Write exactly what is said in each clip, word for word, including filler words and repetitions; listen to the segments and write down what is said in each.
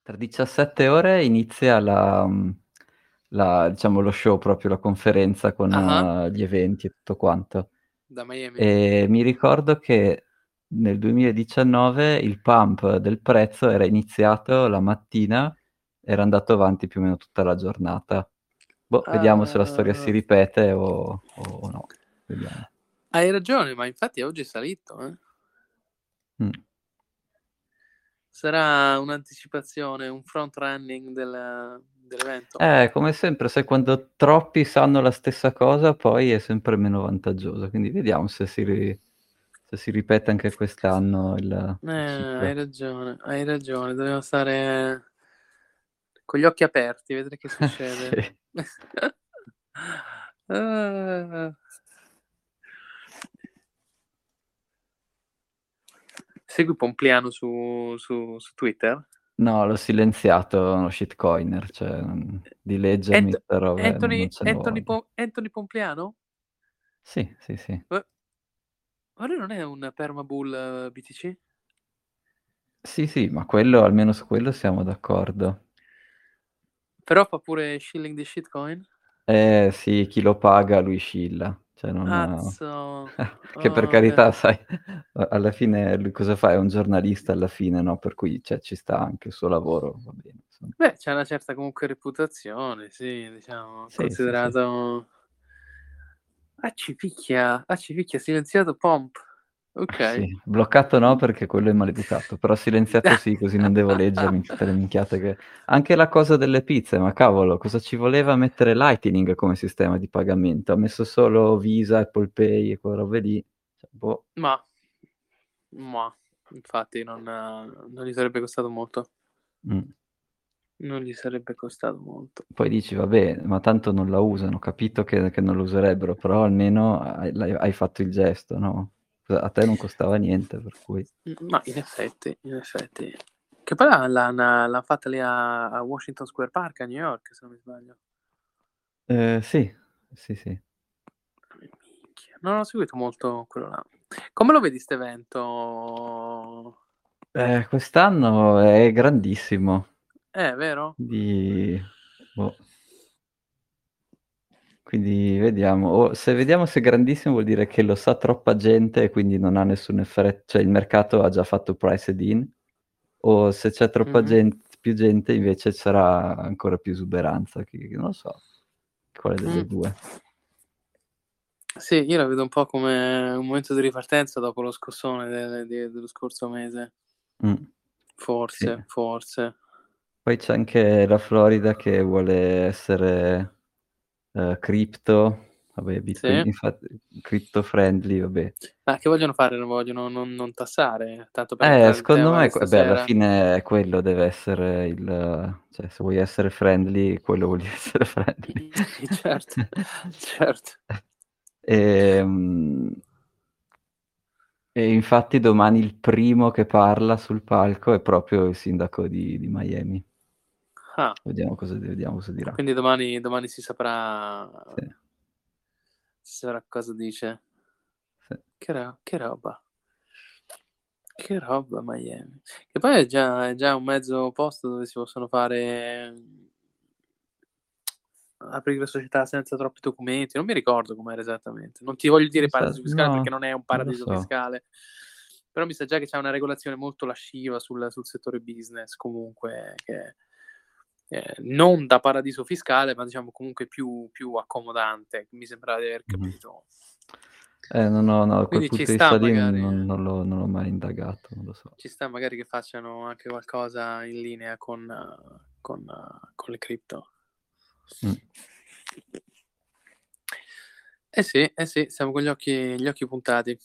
Tra diciassette ore inizia la mhmm, la diciamo lo show, proprio la conferenza con Ah-ah. gli eventi e tutto quanto. Da Miami? E mi ricordo che nel duemiladiciannove il pump del prezzo era iniziato la mattina, era andato avanti più o meno tutta la giornata. Boh, vediamo se la storia si Ah. ripete o o no. Vediamo. Hai ragione, ma infatti oggi è salito, eh. Mh. Sarà un'anticipazione, un front running del dell'evento? Eh, come sempre, sai quando troppi sanno la stessa cosa poi è sempre meno vantaggioso, quindi vediamo se si ri se si ripete anche quest'anno il Eh, il hai ciclo. ragione, hai ragione, dobbiamo stare con gli occhi aperti, vedere che succede. Sì. Ah. Segui Pompliano su su su Twitter? No, l'ho silenziato, è uno shitcoiner, cioè, mhmm, di leggermi Ant 'ste robe non non Anthony ce ne Anthony voglio. Po Anthony Pompliano? Sì, sì, sì. Uh Ma lui non è un permabull B T C? Sì, sì, ma quello almeno su quello siamo d'accordo. Però fa pure shilling di shitcoin? Eh sì, chi lo paga lui scilla, cioè non Azzo, che per oh carità beh. sai, a alla fine lui cosa fa? È un giornalista alla fine, no, per cui cioè ci sta anche il suo lavoro, va bene, insomma. Beh, c'ha una certa comunque reputazione, sì, diciamo, Sì, sì, sì. considerato Accipicchia, accipicchia, silenziato Pomp. Okay. Sì, bloccato no perché quello è maleducato, però silenziato sì, così non devo leggermi tutte le minchiate che anche la cosa delle pizze, ma cavolo, cosa ci voleva mettere Lightning come sistema di pagamento? Ha messo solo Visa, Apple Pay e quelle robe lì, cioè boh. Mah. Mah, infatti non non gli sarebbe costato molto. Mh. Non gli sarebbe costato molto. Poi dici: "Vabbè, ma tanto non la usano." Ho capito che che non lo userebbero, però almeno hai l'hai hai fatto il gesto, no, a a te non costava niente, per cui Mh, ma in effetti, in effetti. Che poi l'ha l'han l'han fatta lì a a Washington Square Park a New York, se non mi sbaglio. Ehm, sì, sì, sì. Minchia, non ho seguito molto quello là. Come lo vedi st'evento? Eh, quest'anno è grandissimo. Eh, vero? Di boh. Quindi vediamo, o se vediamo se è grandissimo vuol dire che lo sa troppa gente e quindi non ha nessun effre cioè il mercato ha già fatto priced in, o se c'è troppa Mh-mh. gent più gente invece sarà ancora più esuberanza, chi non lo so, quale delle Mh. due. Sì, io la vedo un po' come un momento di ripartenza dopo lo scossone de de dello scorso mese. Mh. Sì. Forse, forse. Poi c'è anche la Florida che vuole essere, ehm, cripto, vabbè Bitcoin Sì. infatti crypto friendly, vabbè. Ah, che vogliono fare? Non vogliono non non tassare? Tanto per Eh, entrare in secondo tema me di que beh, alla stasera? fine quello deve essere il cioè se vuoi essere friendly, quello vuol dire essere friendly. Certo, certo. Ehm e infatti domani il primo che parla sul palco è proprio il sindaco di di Miami. Ah. Vediamo cosa d vediamo cosa dirà. Quindi domani domani si saprà Sì. si saprà cosa dice. Sì. Che ro che roba. Che roba Miami. Che poi è già è già un mezzo posto dove si possono fare mhmm aprire società senza troppi documenti, non mi ricordo com'era esattamente. Non ti voglio Mi dire sa paradiso fiscale perché no, non è un non lo paradiso so. fiscale, però mi sa già che c'ha una regolazione molto lasciva sul sul settore business comunque che ehm, non da paradiso fiscale, ma diciamo comunque più più accomodante, mi sembrava di aver Mh-mh. capito. Eh, no, no, no, da quel Quindi ci punto di sta vista lì magari non eh non l'ho non l'ho mai indagato, non lo so. ci sta magari che facciano anche qualcosa in linea con con con le cripto. Mh. Eh sì, eh sì, siamo con gli occhi gli occhi puntati.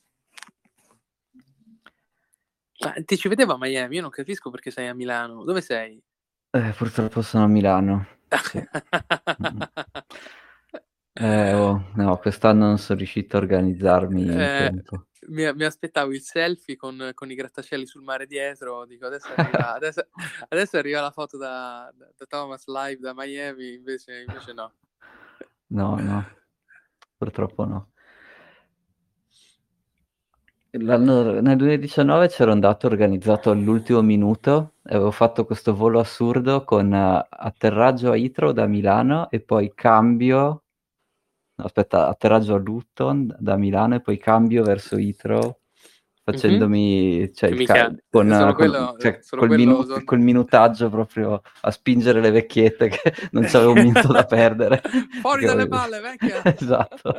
Ma ti ci vedevo a Miami? Io non capisco perché sei a Milano. Dove sei? Eh, purtroppo sono a Milano. Sì. Mh-mh. Eh, oh, no, quest'anno non son riuscito a organizzarmi in Eh, tempo. mi mi aspettavo il selfie con con i grattacieli sul mare dietro, dico adesso arriva adesso adesso arriva la foto da da da Thomas live da Miami, invece invece no. No, no, purtroppo no. L'anno- nel duemiladiciannove c'ero andato organizzato all'ultimo minuto e avevo fatto questo volo assurdo con eh, atterraggio a Heathrow da Milano e poi cambio, no, aspetta, atterraggio a Luton da Milano e poi cambio verso Heathrow Mhm. facendomi, cioè, Che il ca- mica, con, eh, solo con- quello, cioè, solo col, quello minu- son- col minutaggio proprio a spingere le vecchiette che non c'avevo un minuto da perdere. Fuori Perché dalle volevo- palle, vecchia! Esatto.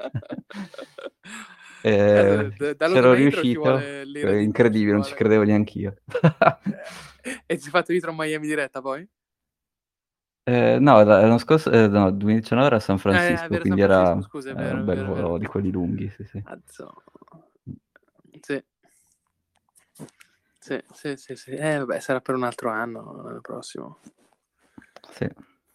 Eh, Eh, da, da, da c'ero Luton a Heathrow ci riuscito, vuole l'ira è di Dio, ci incredibile, non ci vuole... credevo neanch'io. Eh, E si è fatto Heathrow Miami diretta poi? Eh, no, era- l'anno scorso, eh, no, duemiladiciannove era a San Eh, è Francisco, vero, San quindi era Francisco, scusa, è eh, un vero, è bel vero, è vero, è volo di vero. quelli lunghi, sì, sì. Azzo. Sì, sì, sì, sì, sì. Eh, vabbè, sarà per un altro anno, l'anno prossimo. Sì.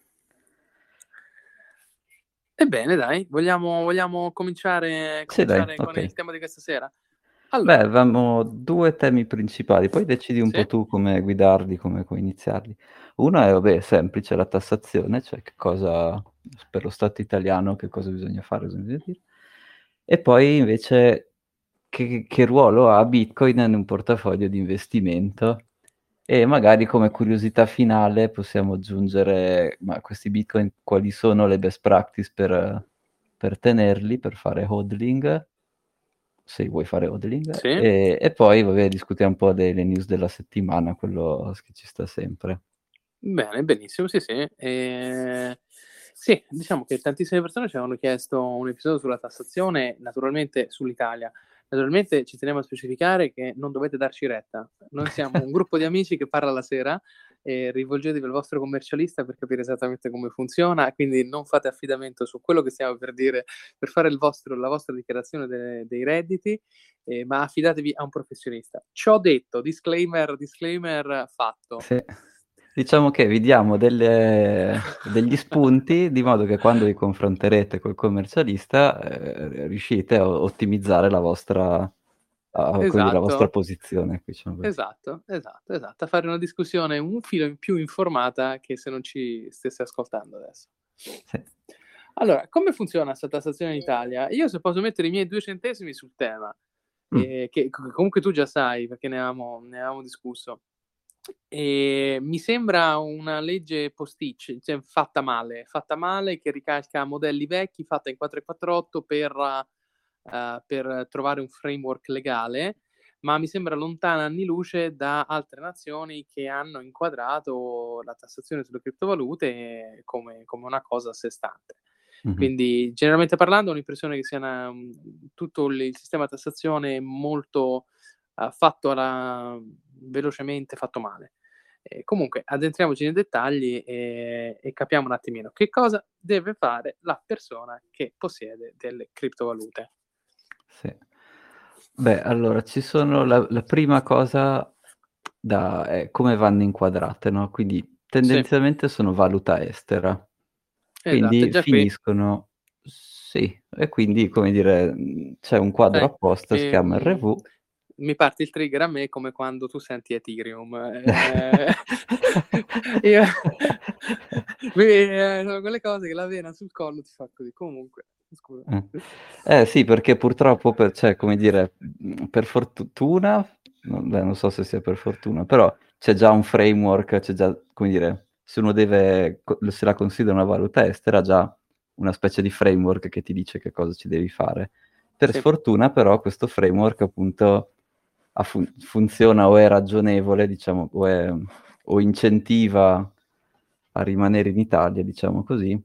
Ebbene, dai, vogliamo, vogliamo cominciare, Sì, dai, cominciare con il ok. tema di questa sera? Beh, Allora, avevamo due temi principali, poi decidi un sì, po' tu come guidarli, come, come iniziarli. Uno è, vabbè, semplice, la tassazione, cioè che cosa, per lo Stato italiano, che cosa bisogna fare, cosa bisogna dire. E poi invece che, che ruolo ha Bitcoin in un portafoglio di investimento. E magari come curiosità finale possiamo aggiungere, ma questi Bitcoin, quali sono le best practice per, per tenerli, per fare hodling, se vuoi fare hodling, sì. e, e poi vabbè, discutiamo un po' delle news della settimana, quello che ci sta sempre. Bene, benissimo, sì, sì. Eh, sì, diciamo che tantissime persone ci avevano chiesto un episodio sulla tassazione, naturalmente sull'Italia. Naturalmente ci teniamo a specificare che non dovete darci retta. Noi siamo un gruppo di amici che parla la sera, e rivolgetevi al vostro commercialista per capire esattamente come funziona, quindi non fate affidamento su quello che stiamo per dire per fare il vostro, la vostra dichiarazione de- dei redditi, eh, ma affidatevi a un professionista. Ciò detto, disclaimer, disclaimer fatto. Sì. Diciamo che vi diamo delle- degli spunti di modo che quando vi confronterete col commercialista eh, riuscite a ottimizzare la vostra, a- come dire, la vostra Esatto, posizione, diciamo così. esatto, esatto, esatto. A fare una discussione un filo in più informata che se non ci stesse ascoltando adesso. Sì. Allora, come funziona questa tassazione in Italia? Io se posso mettere i miei due centesimi sul tema, Mm. eh, che comunque tu già sai perché ne avevamo, ne avevamo discusso. E mi sembra una legge posticcia, cioè fatta male, fatta male, che ricalca modelli vecchi, fatta in quattrocentoquarantotto per, uh, per trovare un framework legale, ma mi sembra lontana anni luce da altre nazioni che hanno inquadrato la tassazione sulle criptovalute come, come una cosa a sé stante. Mhm. Quindi, generalmente parlando, ho l'impressione che sia una, tutto il, il sistema di tassazione molto uh, fatto alla, velocemente, fatto male. Eh, comunque, addentriamoci nei dettagli e, e capiamo un attimino che cosa deve fare la persona che possiede delle criptovalute. Sì. Beh, allora ci sono la, la prima cosa da è come vanno inquadrate, no? Quindi Sì, tendenzialmente sono valuta estera, esatto, e quindi già qui finiscono, sì, e quindi come dire, mh, c'è un quadro sai, apposta, si chiama ehm, R V. mi parte il trigger a me come quando tu senti Ethereum. Eh, io, mi- eh, sono quelle cose che la vena sul collo ti fa così. Comunque, scusa. Eh. Eh, sì, perché purtroppo, per, cioè, come dire, mh, per fortuna, non, beh, non so se sia per fortuna, però c'è già un framework, c'è già, come dire, se uno deve, co- se la considera una valuta estera, già una specie di framework che ti dice che cosa ci devi fare. Per Sì, sfortuna, però, questo framework appunto ha fun- funziona o è ragionevole, diciamo, o, è- o incentiva a rimanere in Italia, diciamo così,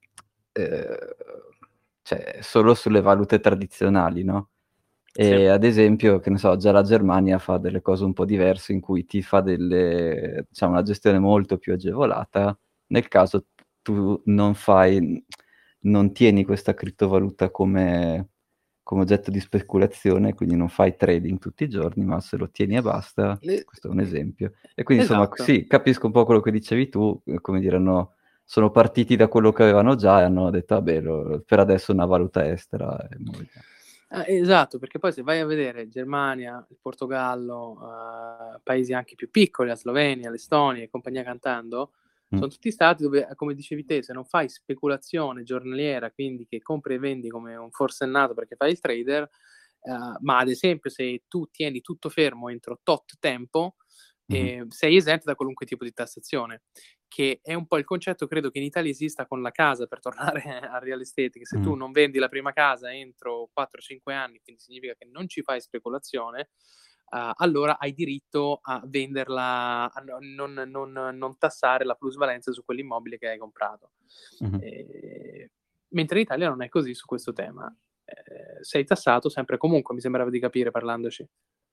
eh, cioè solo sulle valute tradizionali, no? sì, E ad esempio, che ne so, già la Germania fa delle cose un po' diverse in cui ti fa delle, diciamo, una gestione molto più agevolata nel caso tu non fai, non tieni questa criptovaluta come, come oggetto di speculazione, quindi non fai trading tutti i giorni, ma se lo tieni e basta, Eh, questo è un esempio. E quindi insomma, esatto. sì, capisco un po' quello che dicevi tu, eh, come dire, hanno- sono partiti da quello che avevano già e hanno detto, vabbè, lo- per adesso una valuta estera. E mo vediamo. Ah, esatto, perché poi se vai a vedere Germania, il Portogallo, eh, paesi anche più piccoli, la Slovenia, l'Estonia e compagnia cantando, Mm. sono tutti stati dove, come dicevi te, se non fai speculazione giornaliera, quindi che compri e vendi come un forsennato perché fai il trader, Uh, ma ad esempio se tu tieni tutto fermo entro tot tempo, Mm-hmm. eh, sei esente da qualunque tipo di tassazione, che è un po' il concetto, credo che in Italia esista con la casa, per tornare al real estate, che se mm. tu non vendi la prima casa entro quattro cinque anni, quindi significa che non ci fai speculazione, uh, allora hai diritto a venderla, a non, non, non tassare la plusvalenza su quell'immobile che hai comprato. Mm-hmm. Eh, mentre in Italia non è così su questo tema. Eh, sei tassato sempre comunque, mi sembrava di capire parlandoci.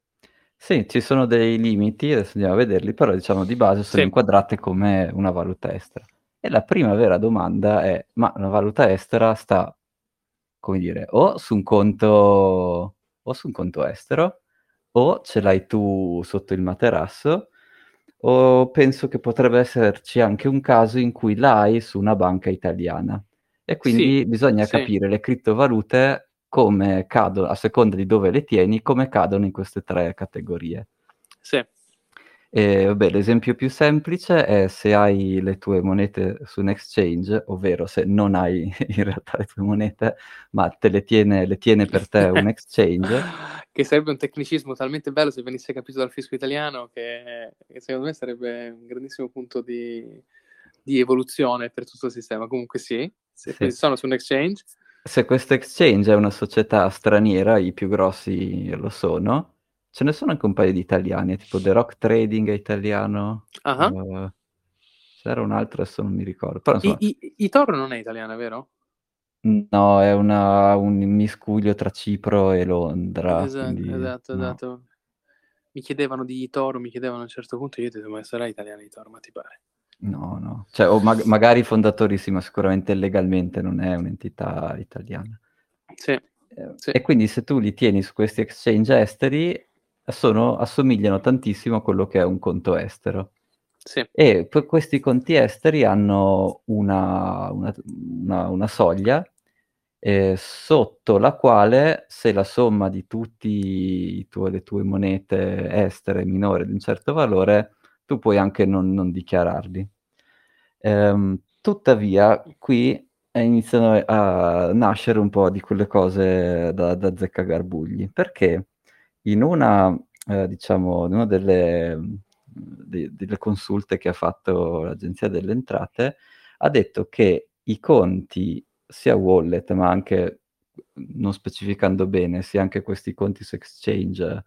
Sì, ci sono dei limiti, adesso andiamo a vederli, però diciamo di base sono sì. inquadrate come una valuta estera. E la prima vera domanda è, ma una valuta estera sta, come dire, o su un conto, o su un conto estero, o ce l'hai tu sotto il materasso, o penso che potrebbe esserci anche un caso in cui l'hai su una banca italiana. E quindi sì, bisogna sì. capire le criptovalute come cadono, a seconda di dove le tieni, come cadono in queste tre categorie. Sì. E, vabbè, l'esempio più semplice è se hai le tue monete su un exchange, ovvero se non hai in realtà le tue monete, ma te le tiene, le tiene per te un exchange. Che sarebbe un tecnicismo talmente bello se venisse capito dal fisco italiano che, che secondo me sarebbe un grandissimo punto di, di evoluzione per tutto il sistema. Comunque sì, se Sì. sono su un exchange. Se questo exchange è una società straniera, i più grossi lo sono, ce ne sono anche un paio di italiani, tipo The Rock Trading è italiano, uh-huh. uh, c'era un altro, adesso non mi ricordo. Però, insomma, I, i, i Toro non è italiana, vero? No, è una, un miscuglio tra Cipro e Londra. Esatto, Quindi, esatto, no. esatto. Mi chiedevano di Toro, mi chiedevano a un certo punto, io ho detto, ma sarà italiana di Toro, ma ti pare? No, no. Cioè, o mag- magari i fondatori sì, ma sicuramente legalmente non è un'entità italiana. Sì, eh, sì. E quindi se tu li tieni su questi exchange esteri, sono, assomigliano tantissimo a quello che è un conto estero. Sì. E poi questi conti esteri hanno una, una, una, una soglia eh, sotto la quale, se la somma di tutte le tue monete estere è minore di un certo valore, tu puoi anche non, non dichiararli. Ehm, tuttavia, qui iniziano a nascere un po' di quelle cose da, da azzeccagarbugli, perché in una, eh, diciamo, in una delle, de- delle consulte che ha fatto l'Agenzia delle Entrate, ha detto che i conti, sia wallet, ma anche, non specificando bene, sia anche questi conti su exchange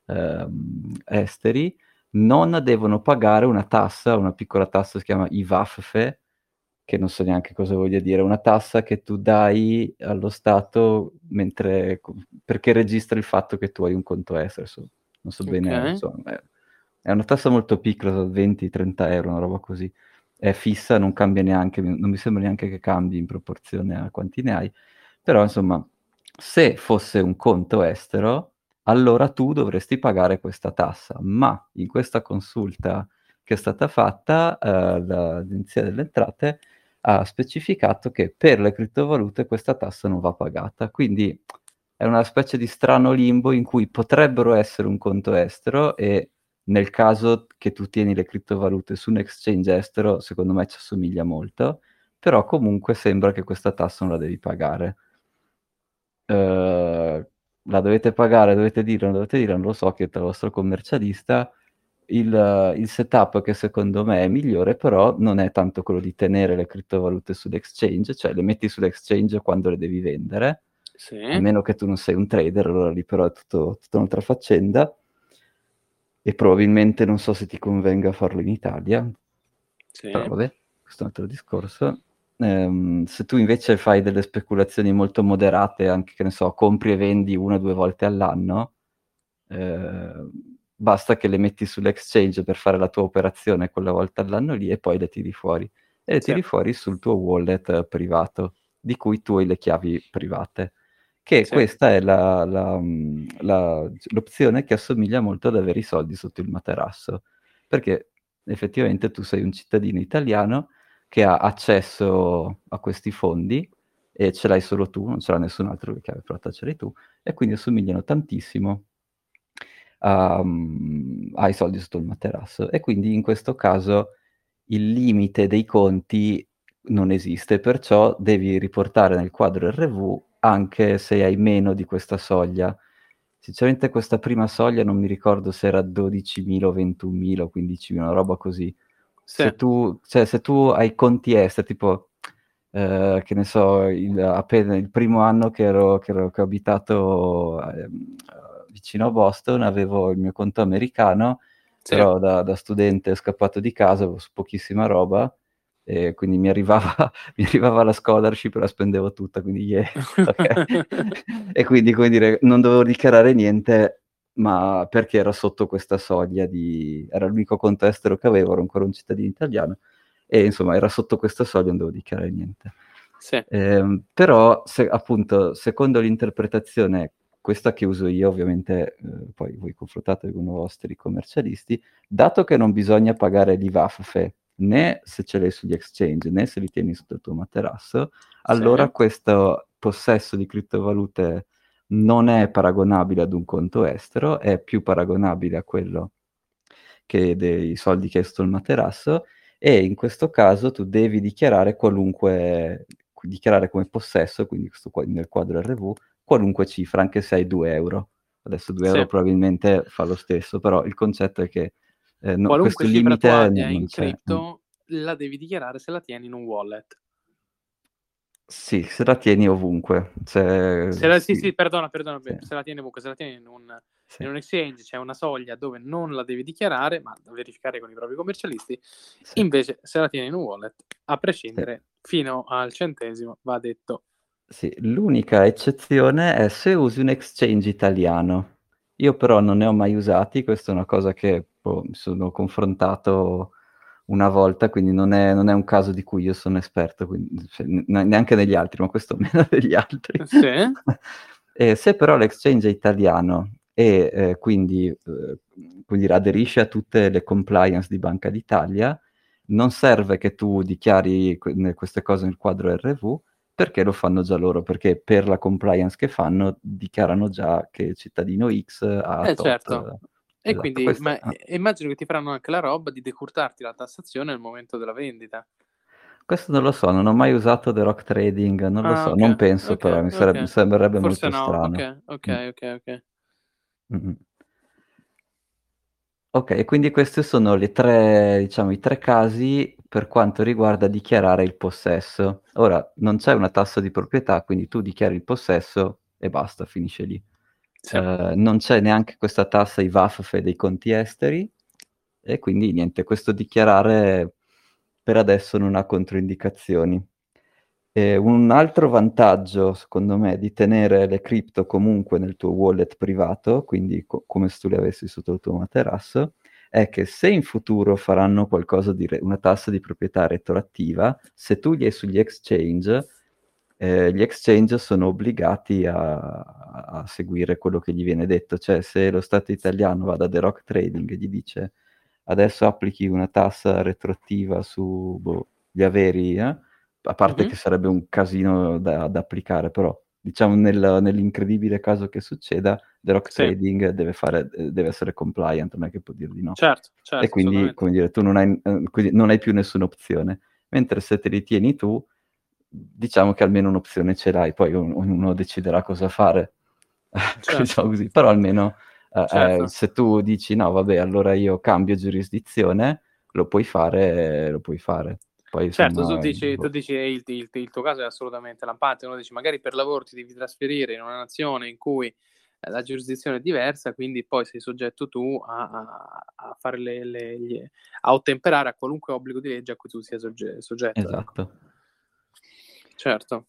ehm, esteri, non devono pagare una tassa, una piccola tassa si chiama I V A F F E, che non so neanche cosa voglia dire, una tassa che tu dai allo Stato mentre, perché registra il fatto che tu hai un conto estero, so, non so bene, Okay. insomma, è, è una tassa molto piccola, venti trenta euro, una roba così, è fissa, non cambia neanche, non mi sembra neanche che cambi in proporzione a quanti ne hai, però insomma, se fosse un conto estero, allora tu dovresti pagare questa tassa, ma in questa consulta che è stata fatta, eh, l'Agenzia delle Entrate ha specificato che per le criptovalute questa tassa non va pagata, quindi è una specie di strano limbo in cui potrebbero essere un conto estero e nel caso che tu tieni le criptovalute su un exchange estero, secondo me ci assomiglia molto, però comunque sembra che questa tassa non la devi pagare. Uh, la dovete pagare, dovete dire, non dovete dire, non lo so, chiedete al vostro commercialista. Il, il setup che secondo me è migliore, però non è tanto quello di tenere le criptovalute sull'exchange, cioè le metti sull'exchange quando le devi vendere, sì. a meno che tu non sei un trader, allora lì però è tutto, tutta un'altra faccenda, e probabilmente non so se ti convenga farlo in Italia, sì. Però vabbè, questo è un altro discorso. Ehm, se tu invece fai delle speculazioni molto moderate, anche che ne so, compri e vendi una o due volte all'anno, eh, basta che le metti sull'exchange per fare la tua operazione quella volta all'anno lì e poi le tiri fuori. E le Sì. tiri fuori sul tuo wallet privato, di cui tu hai le chiavi private. Che Sì. questa è la, la, la, l'opzione che assomiglia molto ad avere i soldi sotto il materasso. Perché effettivamente tu sei un cittadino italiano che ha accesso a questi fondi e ce l'hai solo tu, non ce l'ha nessun altro che aveva provato a ce l'hai tu, e quindi assomigliano tantissimo a, ai soldi sotto il materasso. E quindi in questo caso il limite dei conti non esiste, perciò devi riportare nel quadro R V anche se hai meno di questa soglia. sinceramente questa prima soglia non mi ricordo se era dodicimila o ventunomila o quindicimila, una roba così. Sì. Se tu, cioè, se tu hai conti esteri, tipo, eh, che ne so, il, appena il primo anno che, ero, che, ero, che ho abitato eh, vicino a Boston, avevo il mio conto americano, Sì. però da, da studente scappato di casa, avevo pochissima roba, e quindi mi arrivava, mi arrivava la scholarship e la spendevo tutta, quindi yeah, okay. E quindi, come dire, non dovevo dichiarare niente, ma perché era sotto questa soglia di... era l'unico conto estero che avevo, ero ancora un cittadino italiano, e insomma era sotto questa soglia, non dovevo dichiarare niente. Sì. Eh, però, se, appunto, secondo l'interpretazione, questa che uso io, ovviamente, eh, poi voi confrontate con i vostri commercialisti, dato che non bisogna pagare l'I V A F F E, né se ce l'hai sugli exchange, né se li tieni sotto il tuo materasso, allora Sì. questo possesso di criptovalute non è paragonabile ad un conto estero, è più paragonabile a quello che dei soldi che hai sotto il materasso, e in questo caso tu devi dichiarare qualunque, dichiarare come possesso, quindi questo qua nel quadro R V, qualunque cifra, anche se hai due euro. Adesso due Sì. euro probabilmente fa lo stesso, però il concetto è che eh, no, qualunque questo cifra tu limite abbia non in c'è. cripto, la devi dichiarare se la tieni in un wallet. Sì, se la tieni ovunque. Cioè, Se la, sì, sì, sì, perdona, perdona, sì, se la tieni ovunque, se la tieni in un, sì, in un exchange, c'è una soglia dove non la devi dichiarare, ma da verificare con i propri commercialisti. sì, Invece, se la tieni in un wallet, a sì. prescindere, fino al centesimo, va detto. Sì, l'unica eccezione è se usi un exchange italiano. Io però non ne ho mai usati, questa è una cosa che boh, mi sono confrontato una volta, quindi non è, non è un caso di cui io sono esperto, quindi, cioè, ne- neanche negli altri, ma questo meno degli altri. Sì. E se però l'exchange è italiano e eh, quindi, eh, quindi aderisce a tutte le compliance di Banca d'Italia, non serve che tu dichiari que- queste cose nel quadro R V, perché lo fanno già loro, perché per la compliance che fanno dichiarano già che il cittadino X ha Eh tot. certo. E Esatto, quindi, questo, ma ah, immagino che ti faranno anche la roba di decurtarti la tassazione nel momento della vendita. questo non lo so, non ho mai usato The Rock Trading, non lo Ah, so, ok, non penso ok, però, mi, ok. sarebbe- mi sembrerebbe Forse molto no, strano. ok, ok, Mm, ok, ok. mm, mm. Ok, quindi questi sono le tre, diciamo, i tre casi per quanto riguarda dichiarare il possesso. Ora, non c'è una tassa di proprietà, quindi tu dichiari il possesso e basta, finisce lì. Sì. Eh, non c'è neanche questa tassa I V A F F E dei conti esteri, e quindi niente, questo dichiarare per adesso non ha controindicazioni. E un altro vantaggio, secondo me, di tenere le cripto comunque nel tuo wallet privato, quindi co- come se tu le avessi sotto il tuo materasso, è che se in futuro faranno qualcosa di re- una tassa di proprietà retroattiva, se tu li hai sugli exchange, eh, gli exchange sono obbligati a, a seguire quello che gli viene detto. Cioè, se lo Stato italiano va da The Rock Trading e gli dice adesso applichi una tassa retroattiva su boh, gli averi, eh? A parte Mhm. che sarebbe un casino da, da applicare, però diciamo nel- nell'incredibile caso che succeda, The Rock Sì, Trading deve fare, eh, deve essere compliant, non è che può dire di no. certo, E certo, quindi, assolutamente. come dire, tu non hai, eh, quindi non hai più nessuna opzione. Mentre se te li tieni tu, diciamo che almeno un'opzione ce l'hai, poi ogn- ognuno deciderà cosa fare, Certo, diciamo così. Però almeno eh, eh, certo. se tu dici no, vabbè, allora io cambio giurisdizione, lo puoi fare, lo puoi fare. Poi Certo, tu insomma, dici, tu boh, dici eh, il, il- il tuo caso è assolutamente lampante, uno dice magari per lavoro ti devi trasferire in una nazione in cui eh, la giurisdizione è diversa, quindi poi sei soggetto tu a, a- a fare le, le- gli- a ottemperare a qualunque obbligo di legge a cui tu sia sogge- soggetto, ecco. esatto. Certo,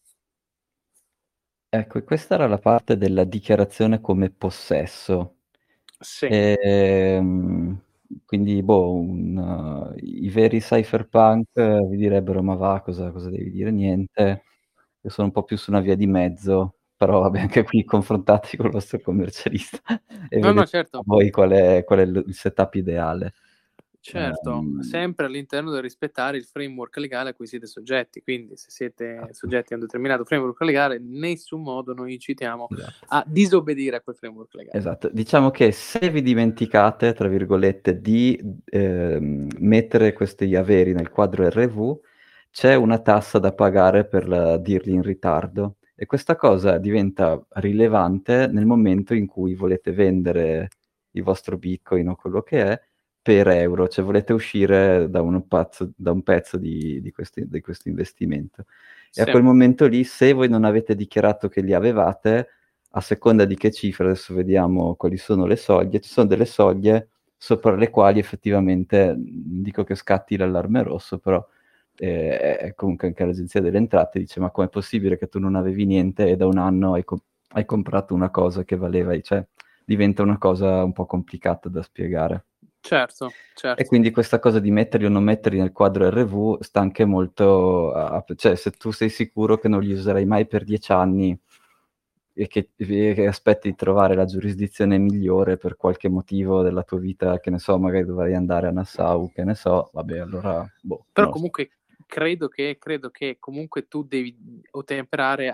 Ecco, e questa era la parte della dichiarazione come possesso. sì. Ehm, quindi, boh, un, uh, i veri cypherpunk eh, vi direbbero, ma va, cosa, cosa devi dire? Niente. Io sono un po' più su una via di mezzo, però vabbè, anche qui confrontati con il vostro commercialista e No, no, vedete certo. voi qual è, qual è il, il setup ideale. Certo, Ehm, sempre all'interno del rispettare il framework legale a cui siete soggetti, quindi se siete soggetti a un determinato framework legale, in nessun modo noi incitiamo esatto. a disobbedire a quel framework legale. Esatto, diciamo che se vi dimenticate, tra virgolette, di ehm, mettere questi averi nel quadro R V, c'è una tassa da pagare per la- dirli in ritardo, E questa cosa diventa rilevante nel momento in cui volete vendere il vostro Bitcoin o quello che è per euro, cioè volete uscire da, un pazzo, da un pezzo di, di, questi, di questo investimento. E a Sì. quel momento lì, se voi non avete dichiarato che li avevate, a seconda di che cifra, adesso vediamo quali sono le soglie, ci sono delle soglie sopra le quali effettivamente, non dico che scatti l'allarme rosso, però eh, comunque anche l'Agenzia delle Entrate dice ma com'è possibile che tu non avevi niente e da un anno hai, co- hai comprato una cosa che valeva, cioè diventa una cosa un po' complicata da spiegare. Certo, certo. E quindi questa cosa di metterli o non metterli nel quadro R V sta anche molto, a, cioè se tu sei sicuro che non li userai mai per dieci anni e che, e che aspetti di trovare la giurisdizione migliore per qualche motivo della tua vita, che ne so, magari dovrai andare a Nassau, che ne so, vabbè, allora, boh, Però non lo so. comunque credo che, credo che comunque tu devi ottemperare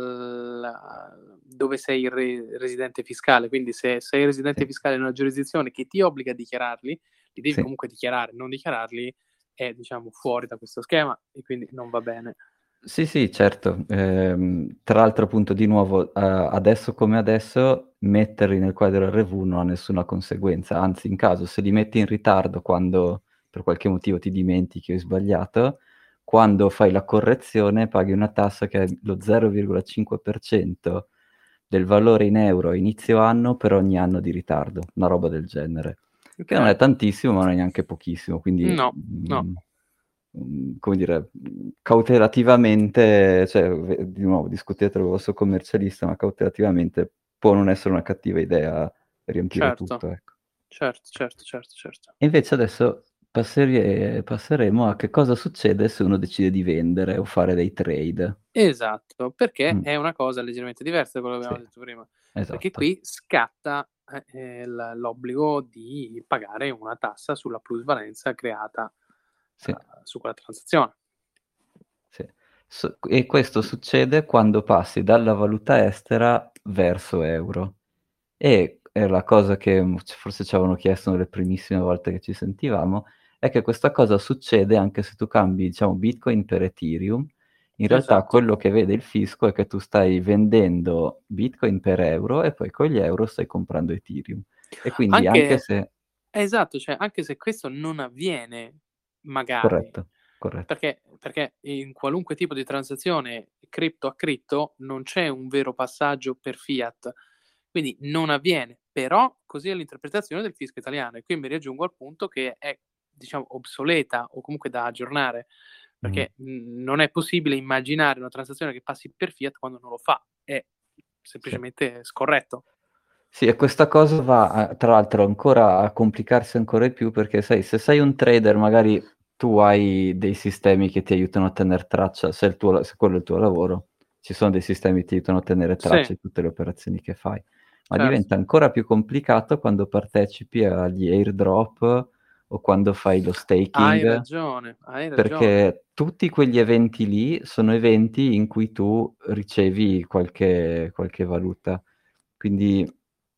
al dove sei il re- residente fiscale, quindi se sei residente Sì. fiscale in una giurisdizione che ti obbliga a dichiararli, li devi Sì. comunque dichiarare, non dichiararli è diciamo fuori da questo schema e quindi non va bene. Sì, sì, certo. Ehm, tra l'altro, appunto, di nuovo, eh, adesso come adesso, metterli nel quadro R V non ha nessuna conseguenza. Anzi, in caso, se li metti in ritardo quando per qualche motivo ti dimentichi o hai sbagliato, quando fai la correzione paghi una tassa che è lo zero virgola cinque per cento del valore in euro a inizio anno per ogni anno di ritardo, una roba del genere. Che non è Ok? tantissimo, ma non è neanche pochissimo, quindi... No, no. mm, mm, come dire, cautelativamente, cioè, ve- di nuovo, discutete con il vostro commercialista, ma cautelativamente può non essere una cattiva idea riempire Certo, tutto, ecco. certo, certo, certo, certo. E invece adesso passeri- passeremo a che cosa succede se uno decide di vendere o fare dei trade. Esatto, perché Mm, è una cosa leggermente diversa da quello che sì, abbiamo detto prima, perché esatto. qui scatta eh, eh, l- l'obbligo di pagare una tassa sulla plusvalenza creata Sì, eh, su quella transazione. sì. So- e questo succede quando passi dalla valuta estera verso euro. E è la cosa che mm, forse ci avevano chiesto nelle primissime volte che ci sentivamo, è che questa cosa succede anche se tu cambi, diciamo, Bitcoin per Ethereum. In realtà Esatto. quello che vede il fisco è che tu stai vendendo Bitcoin per euro e poi con gli euro stai comprando Ethereum. E quindi anche Anche, se... esatto, cioè anche se questo non avviene magari, Corretto, corretto. perché, perché in qualunque tipo di transazione cripto a cripto non c'è un vero passaggio per fiat, quindi non avviene, però così è l'interpretazione del fisco italiano e qui mi riaggiungo al punto che è diciamo obsoleta o comunque da aggiornare, Mm. perché mh, non è possibile immaginare una transazione che passi per fiat quando non lo fa, è Sì. semplicemente scorretto. Sì, e questa cosa va, a- tra l'altro, ancora a complicarsi ancora di più perché, sai, se sei un trader, magari tu hai dei sistemi che ti aiutano a tenere traccia, se, il tuo- se quello è il tuo lavoro, ci sono dei sistemi che ti aiutano a tenere traccia Sì, di tutte le operazioni che fai. Ma certo. diventa ancora più complicato quando partecipi agli airdrop o quando fai lo Hai staking, ragione, hai ragione. perché tutti quegli eventi lì sono eventi in cui tu ricevi qualche, qualche valuta. Quindi,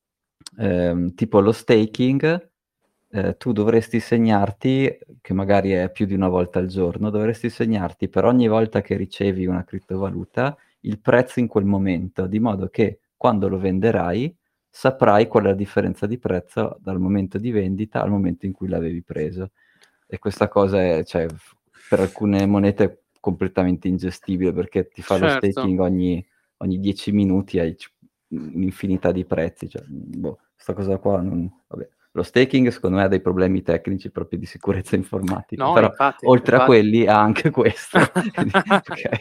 ehm, tipo lo staking, eh, tu dovresti segnarti, che magari è più di una volta al giorno, dovresti segnarti per ogni volta che ricevi una criptovaluta il prezzo in quel momento, di modo che quando lo venderai saprai qual è la differenza di prezzo dal momento di vendita al momento in cui l'avevi preso. E questa cosa è, cioè, f- per alcune monete è completamente ingestibile perché ti fa lo Certo. staking ogni, ogni dieci minuti, hai c- un'infinità di prezzi. Cioè, boh, questa cosa qua non... Vabbè. Lo staking secondo me ha dei problemi tecnici proprio di sicurezza informatica, No, però infatti, oltre a infatti. quelli ha anche questo. Quindi, ok.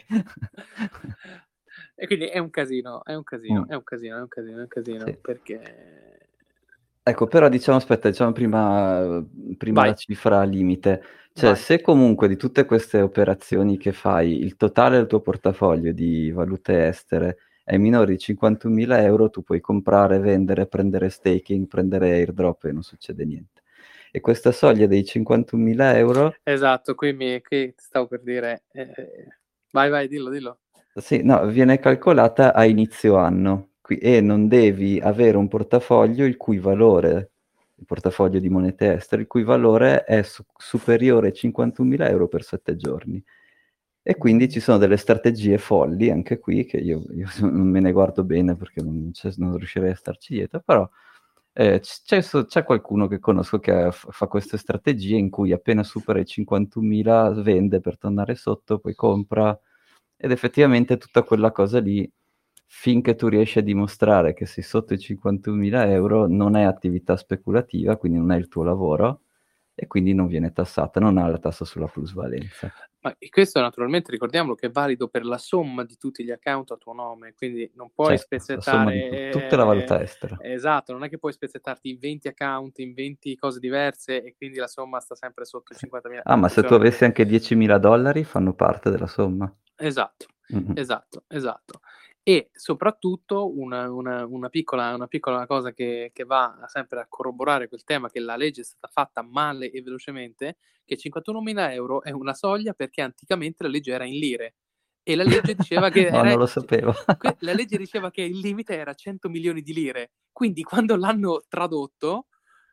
E quindi è un casino, è un casino, Mm, è un casino, è un casino, è un casino, sì. perché... Ecco, però diciamo, aspetta, diciamo prima, prima la Vai, cifra limite. Cioè, vai. se comunque di tutte queste operazioni che fai, il totale del tuo portafoglio di valute estere è minore di cinquantunomila euro, tu puoi comprare, vendere, prendere staking, prendere airdrop e non succede niente. E questa soglia dei cinquantunomila euro, Esatto, qui, mi, qui stavo per dire... eh, vai, vai, dillo, dillo. sì, no, viene calcolata a inizio anno qui- e non devi avere un portafoglio il cui valore, il portafoglio di monete estere, il cui valore è su- superiore ai cinquantunomila euro per sette giorni. E quindi ci sono delle strategie folli anche qui, che io, io non me ne guardo bene perché non, c'è- non riuscirei a starci dietro, però eh, c- c'è, so- c'è qualcuno che conosco che f- fa queste strategie in cui appena supera i cinquantunomila vende per tornare sotto, poi compra, ed effettivamente tutta quella cosa lì, finché tu riesci a dimostrare che sei sotto i cinquantunomila euro, non è attività speculativa, quindi non è il tuo lavoro, e quindi non viene tassata, non ha la tassa sulla plusvalenza. Ma e questo naturalmente ricordiamolo che è valido per la somma di tutti gli account a tuo nome, quindi non puoi Certo, la somma spezzettare, di tu- tutta la eh, valuta estera. eh, esatto, non è che puoi spezzettarti in venti account, in venti cose diverse e quindi la somma sta sempre sotto i Sì. cinquantamila. Ah, Non ma se tu funziona così. avessi anche diecimila dollari, fanno parte della somma. Esatto, Mhm. esatto, esatto. E soprattutto una, una- una piccola, una piccola cosa che, che va sempre a corroborare quel tema che la legge è stata fatta male e velocemente, che cinquantunomila euro è una soglia perché anticamente la legge era in lire e la legge diceva che No, era, non lo sapevo. que- la legge diceva che il limite era cento milioni di lire. Quindi quando l'hanno tradotto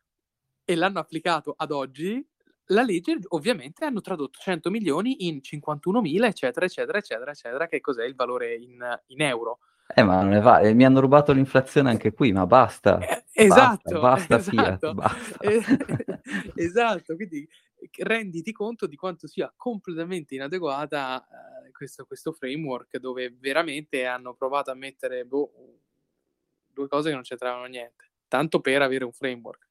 e l'hanno applicato ad oggi, la legge ovviamente hanno tradotto cento milioni in cinquantunomila, eccetera, eccetera, eccetera, eccetera, che cos'è il valore in, in euro. Eh, ma non ne va. E mi hanno rubato l'inflazione anche qui, ma basta. Eh, Basta, esatto, basta Fiat, esatto, basta. eh, esatto, quindi renditi conto di quanto sia completamente inadeguata eh, questo, questo framework dove veramente hanno provato a mettere boh, due cose che non c'entravano niente, tanto per avere un framework.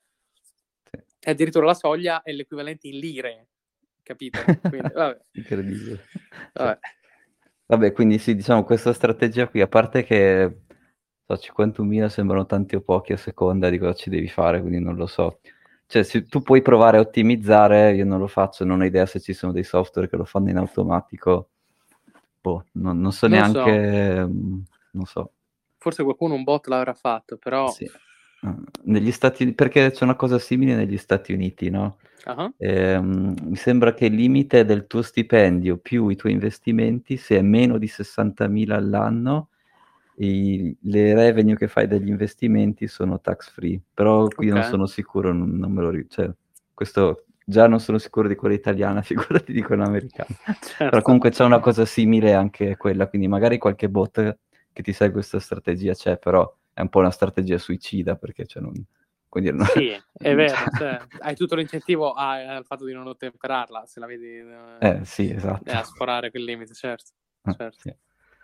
Sì. E addirittura la soglia è l'equivalente in lire, capito? Quindi, vabbè. Incredibile. Sì. Vabbè. Vabbè, quindi sì, diciamo, questa strategia qui, a parte che so, cinquantamila sembrano tanti o pochi a seconda di cosa ci devi fare, quindi non lo so. Cioè, se tu puoi provare a ottimizzare, io non lo faccio, non ho idea se ci sono dei software che lo fanno in automatico. Boh, non, non so Non lo so, neanche, mm, non so. forse qualcuno un bot l'avrà fatto, però... Sì. Eh, negli Stati perché c'è una cosa simile negli Stati Uniti, no? Ah, Ehm, mi sembra che il limite del tuo stipendio più i tuoi investimenti, se è meno di sessantamila all'anno, i- le revenue che fai dagli investimenti sono tax free, però qui non ok. sono sicuro, non, non me lo ricordo, cioè, questo già non sono sicuro di quella italiana, figurati di quella americana. Però Certo. comunque c'è una cosa simile anche quella, quindi magari qualche bot che ti sai questa strategia c'è, però è un po' una strategia suicida perché cioè, non, come dire, non- Sì, è vero, cioè, hai tutto l'incentivo a- al fatto di non ottemperarla, se la vedi eh, eh sì, è esatto. a sforare quel limite, certo, Eh, certo. sì.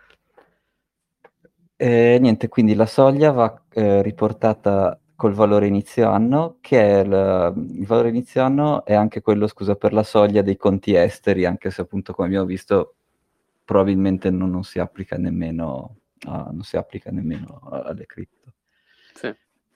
E niente, quindi la soglia va eh, riportata col valore inizio anno, che è il, il valore inizio anno è anche quello, scusa, per la soglia dei conti esteri, anche se appunto come abbiamo visto probabilmente non, non si applica nemmeno, a- non si applica nemmeno a- alle cripto. Sì.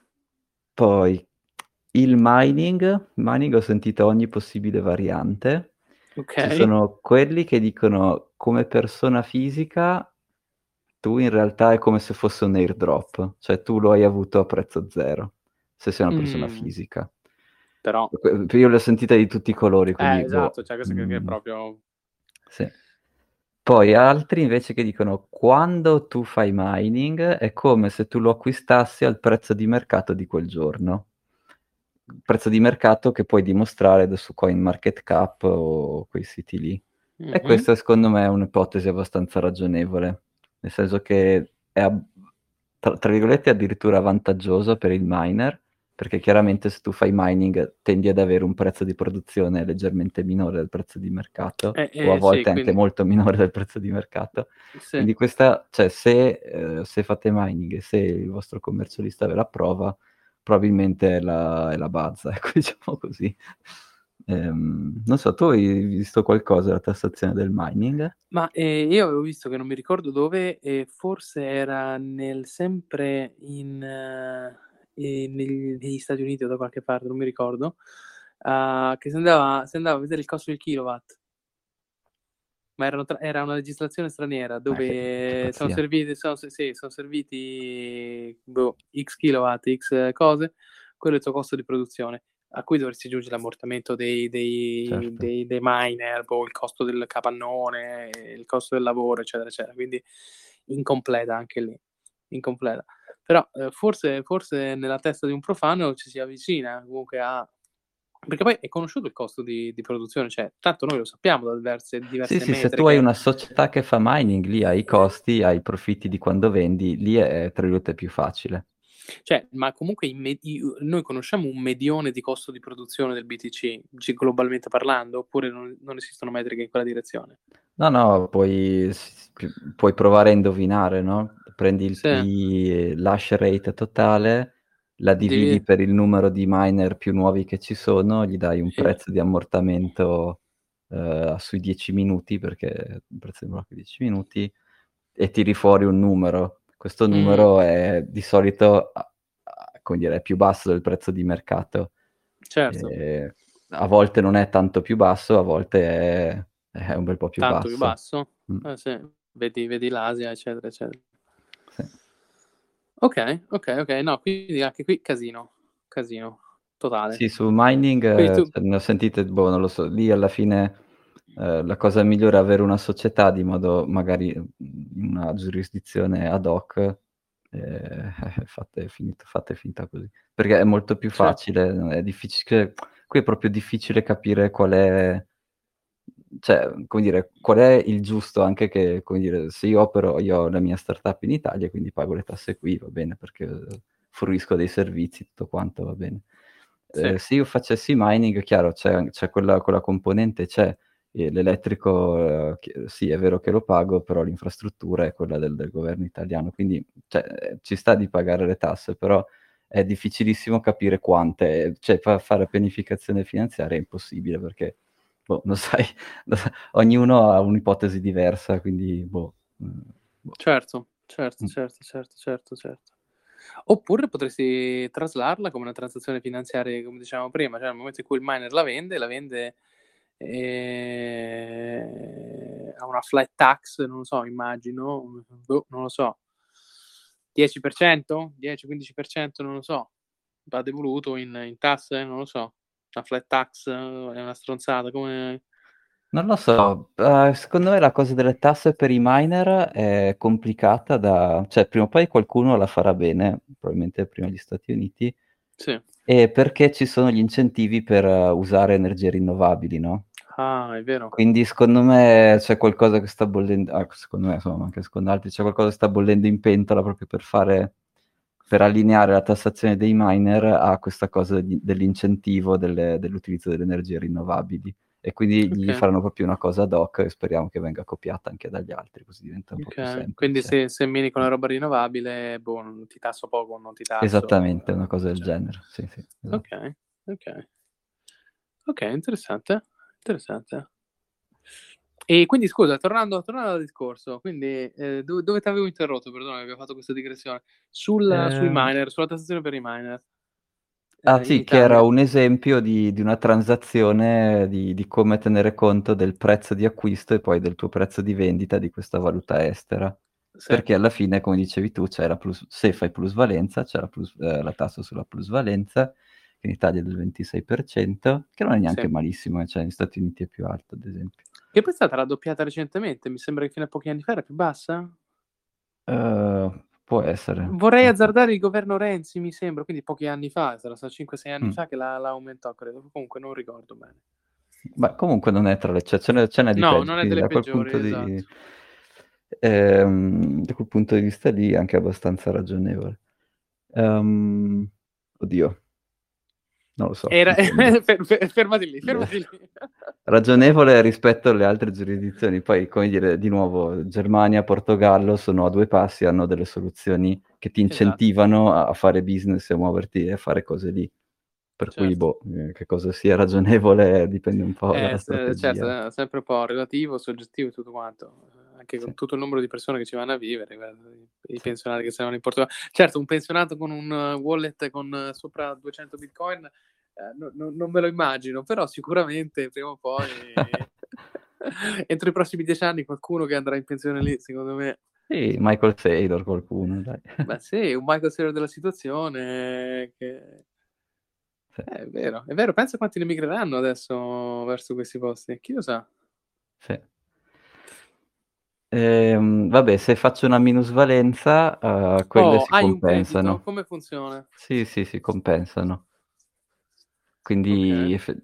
Poi il mining, mining ho sentito ogni possibile variante. Ok. Ci sono quelli che dicono come persona fisica tu in realtà è come se fosse un airdrop, cioè tu lo hai avuto a prezzo zero, se sei una persona Mm, fisica. però, Que- Io le ho sentite di tutti i colori, eh, quindi boh. esatto, cioè questo che che è mm, proprio... sì. Poi altri invece che dicono quando tu fai mining è come se tu lo acquistassi al prezzo di mercato di quel giorno. Prezzo di mercato che puoi dimostrare da- su CoinMarketCap o quei siti lì. E Mhm. questa secondo me è un'ipotesi abbastanza ragionevole, nel senso che è ab- tra, tra virgolette addirittura vantaggioso per il miner, perché chiaramente se tu fai mining tendi ad avere un prezzo di produzione leggermente minore del prezzo di mercato, Eh, o a eh, sì, volte anche quindi... molto minore del prezzo di mercato. Sì. Quindi questa, cioè se, eh, se fate mining e se il vostro commercialista ve la approva, probabilmente è la, è la bazza, ecco, diciamo così. Ehm, non so, tu hai visto qualcosa della tassazione del mining? Ma eh, io avevo visto che non mi ricordo dove, e forse era nel, sempre in, eh, in- negli, negli Stati Uniti o da qualche parte, non mi ricordo, ah, che si andava, si andava a vedere il costo del kilowatt. Ma erano tra- era una legislazione straniera Ah, che, che dove sono pazzia. serviti, sono, sì, sono serviti boh, X kilowatt, X cose, quello è il tuo costo di produzione, a cui dovresti aggiungere l'ammortamento dei, dei, Certo. dei, dei miner, boh, il costo del capannone, il costo del lavoro, eccetera, eccetera. Quindi incompleta anche lì, incompleta. Però eh, forse, forse nella testa di un profano ci si avvicina comunque a Perché poi è conosciuto il costo di, di produzione, cioè tanto noi lo sappiamo da diverse, diverse Sì, sì, se tu hai metriche. una società che fa mining, lì hai i costi, hai i profitti di quando vendi, lì è tra virgolette più facile. Cioè, ma comunque i me- i- noi conosciamo un medione di costo di produzione del B T C, gi- globalmente parlando, oppure non, non esistono metriche in quella direzione? No, no, puoi, s- pi- puoi provare a indovinare, no? Prendi il, Sì, i- l'hash rate totale, la dividi devi... per il numero di miner più nuovi che ci sono, gli dai un sì. prezzo di ammortamento eh, sui dieci minuti, perché il prezzo di blocco è dieci minuti, e tiri fuori un numero. Questo Mm, numero è di solito, a- a- come dire, è più basso del prezzo di mercato. certo, E a volte non è tanto più basso, a volte è, è un bel po' più tanto più basso. basso. Mm, Eh, sì. Vedi, vedi l'Asia, eccetera, eccetera. sì. Ok, ok, ok, no, quindi anche qui casino, casino, totale. Sì, su mining Quindi eh, tu... cioè, ne ho sentite, boh, non lo so, lì alla fine eh, la cosa migliore è avere una società di modo magari in una giurisdizione ad hoc, eh, fate, finito, fate finta così, perché è molto più Cioè, facile, è difficile, qui è proprio difficile capire qual è, cioè, come dire, qual è il giusto anche che, come dire, se io opero, io ho la mia startup in Italia, quindi pago le tasse qui, va bene, perché eh, fruisco dei servizi, tutto quanto va bene. sì, Eh, se io facessi mining, chiaro, c'è, c'è quella, quella componente, c'è eh, l'elettrico, eh, che- sì, è vero che lo pago, però l'infrastruttura è quella del, del governo italiano, quindi cioè, eh, ci sta di pagare le tasse, però è difficilissimo capire quante, cioè fa- fare pianificazione finanziaria è impossibile perché, boh, non sai, ognuno ha un'ipotesi diversa, quindi, boh, mm, boh. certo, certo, Mm. certo, certo, certo, certo. Oppure potresti traslarla come una transazione finanziaria, come dicevamo prima, cioè nel momento in cui il miner la vende, la vende eh, a una flat tax, non lo so, immagino, boh, non lo so, dieci per cento, dieci-quindici per cento, non lo so, va devoluto in, in tasse, non lo so, la flat tax è una stronzata, come... Non lo so, eh, secondo me la cosa delle tasse per i miner è complicata da... cioè prima o poi qualcuno la farà bene, probabilmente prima gli Stati Uniti, Sì, e perché ci sono gli incentivi per eh, usare energie rinnovabili, no? ah, è vero, Quindi secondo me c'è qualcosa che sta bollendo, ah, secondo me, insomma, anche secondo altri, c'è qualcosa che sta bollendo in pentola proprio per fare, per allineare la tassazione dei miner a questa cosa di- dell'incentivo delle- dell'utilizzo delle energie rinnovabili. E quindi gli ok. faranno proprio una cosa ad hoc e speriamo che venga copiata anche dagli altri, così diventa un po' più Ok, quindi semplice. se, se mini con la roba rinnovabile, boh, non ti tasso poco, non ti tasso, Esattamente, una cosa del cioè. genere, sì, sì, esatto. Ok, ok, ok, interessante, interessante. E quindi scusa, tornando, tornando al discorso, quindi eh, dove, dove ti avevo interrotto? Perdona, abbiamo fatto questa digressione. Sul, sui Ehm, miner, sulla tassazione per i miner Ah eh, in sì, che era Italia. un esempio di, di una transazione di, di come tenere conto del prezzo di acquisto e poi del tuo prezzo di vendita di questa valuta estera. Sì, Perché alla fine, come dicevi tu, c'è la plus- se fai plusvalenza, c'è la, plus- eh, la tassa sulla plusvalenza, che in Italia è del ventisei per cento, che non è sì. neanche malissimo, eh, cioè negli Stati Uniti è più alto, ad esempio. Che poi è stata raddoppiata recentemente, mi sembra che fino a pochi anni fa era più bassa. Eh, può essere. Vorrei Non so. azzardare il governo Renzi, mi sembra, quindi pochi anni fa, sarà stato cinque sei anni Mm. fa che la, la aumentò, credo. Comunque non ricordo bene. Ma comunque non è tra le, cioè, ce n'è, ce n'è di No, peggio, non è quindi delle da quel peggiori, punto di, esatto. ehm, da quel punto di vista lì è anche abbastanza ragionevole. Ehm, oddio, non lo so, Era... dipende. fer- fer- fermati lì, Eh, fermati lì. Ragionevole rispetto alle altre giurisdizioni, poi come dire, di nuovo, Germania, Portogallo sono a due passi, hanno delle soluzioni che ti Esatto, incentivano a a fare business e a muoverti e a fare cose lì. Per cui, certo. boh, eh, che cosa sia ragionevole dipende un po' Eh, dalla s- eh, strategia. certo, è sempre un po' relativo, soggettivo e tutto quanto. Eh, Anche Sì, con tutto il numero di persone che ci vanno a vivere, guarda, i i sì. pensionati che se ne vanno in Portogallo. Certo, un pensionato con un eh, wallet con eh, sopra duecento bitcoin, eh, no- no- non me lo immagino, però sicuramente prima o poi, entro i prossimi dieci anni, qualcuno che andrà in pensione lì, secondo me. Sì, Michael Saylor, qualcuno, dai. Beh, sì, un Michael Saylor della situazione che... Sì, Eh, è vero, è vero, pensa quanti ne migreranno adesso verso questi posti, chi lo sa. sì. Ehm, vabbè, se faccio una minusvalenza, eh, quelle Oh, si hai un credito? compensano. Come funziona? Sì, sì, si compensano. Quindi Ok. effe-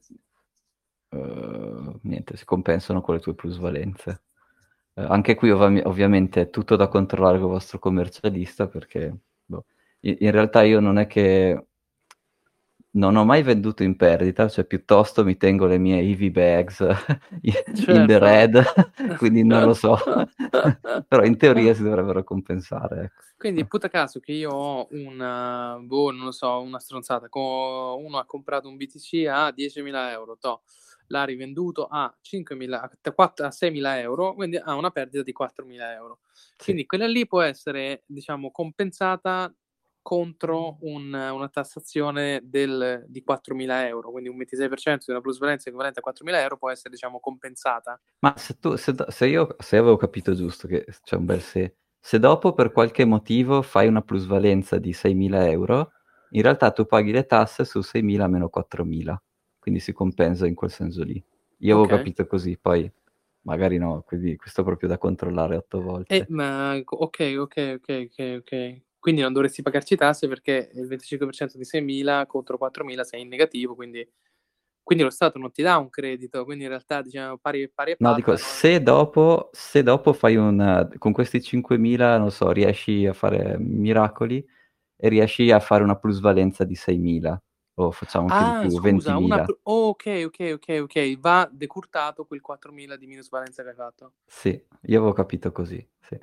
eh, niente, si compensano con le tue plusvalenze. Eh, anche qui ov- ovviamente è tutto da controllare con il vostro commercialista perché boh, in, in realtà io non è che non ho mai venduto in perdita, cioè piuttosto mi tengo le mie E V bags in the Certo. red, quindi non lo so, però in teoria si dovrebbero compensare, ecco. Quindi puta caso che io ho una, boh, non lo so, una stronzata, co- uno ha comprato un B T C a diecimila euro, toh, l'ha rivenduto a cinquemila, a quattro a seimila euro, quindi ha una perdita di quattromila euro. Sì. Quindi quella lì può essere, diciamo, compensata contro un- una tassazione del, di quattromila euro, quindi un ventisei per cento di una plusvalenza equivalente a quattromila euro può essere, diciamo, compensata. Ma se tu, se, do- se io se avevo capito giusto, che c'è un bel se, se dopo per qualche motivo fai una plusvalenza di seimila euro, in realtà tu paghi le tasse su seimila meno quattromila, quindi si compensa in quel senso lì. Io avevo Ok. capito così, poi magari no, quindi questo è proprio da controllare otto Eh, volte. ma ok, ok, ok, ok, ok. Quindi non dovresti pagarci tasse perché il venticinque per cento di seimila contro quattromila sei in negativo, quindi, quindi lo Stato non ti dà un credito, quindi in realtà diciamo pari, pari e No, dico, patta. No? se dopo, se dopo fai un, con questi cinquemila, non so, riesci a fare miracoli e riesci a fare una plusvalenza di seimila, o facciamo anche di Ah, più, scusa, una... ventimila. pr- oh, ok, ok, ok, ok, va decurtato quel quattromila di minusvalenza che hai fatto. Sì, io avevo capito così, sì.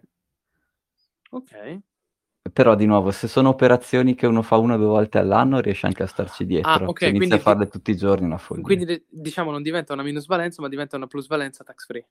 Ok. Però di nuovo, se sono operazioni che uno fa una o due volte all'anno, riesce anche a starci Ah, dietro. Se ok, inizia a quindi, di- farle tutti i giorni è una follia. quindi de- diciamo non diventa una minusvalenza, ma diventa una plusvalenza tax free.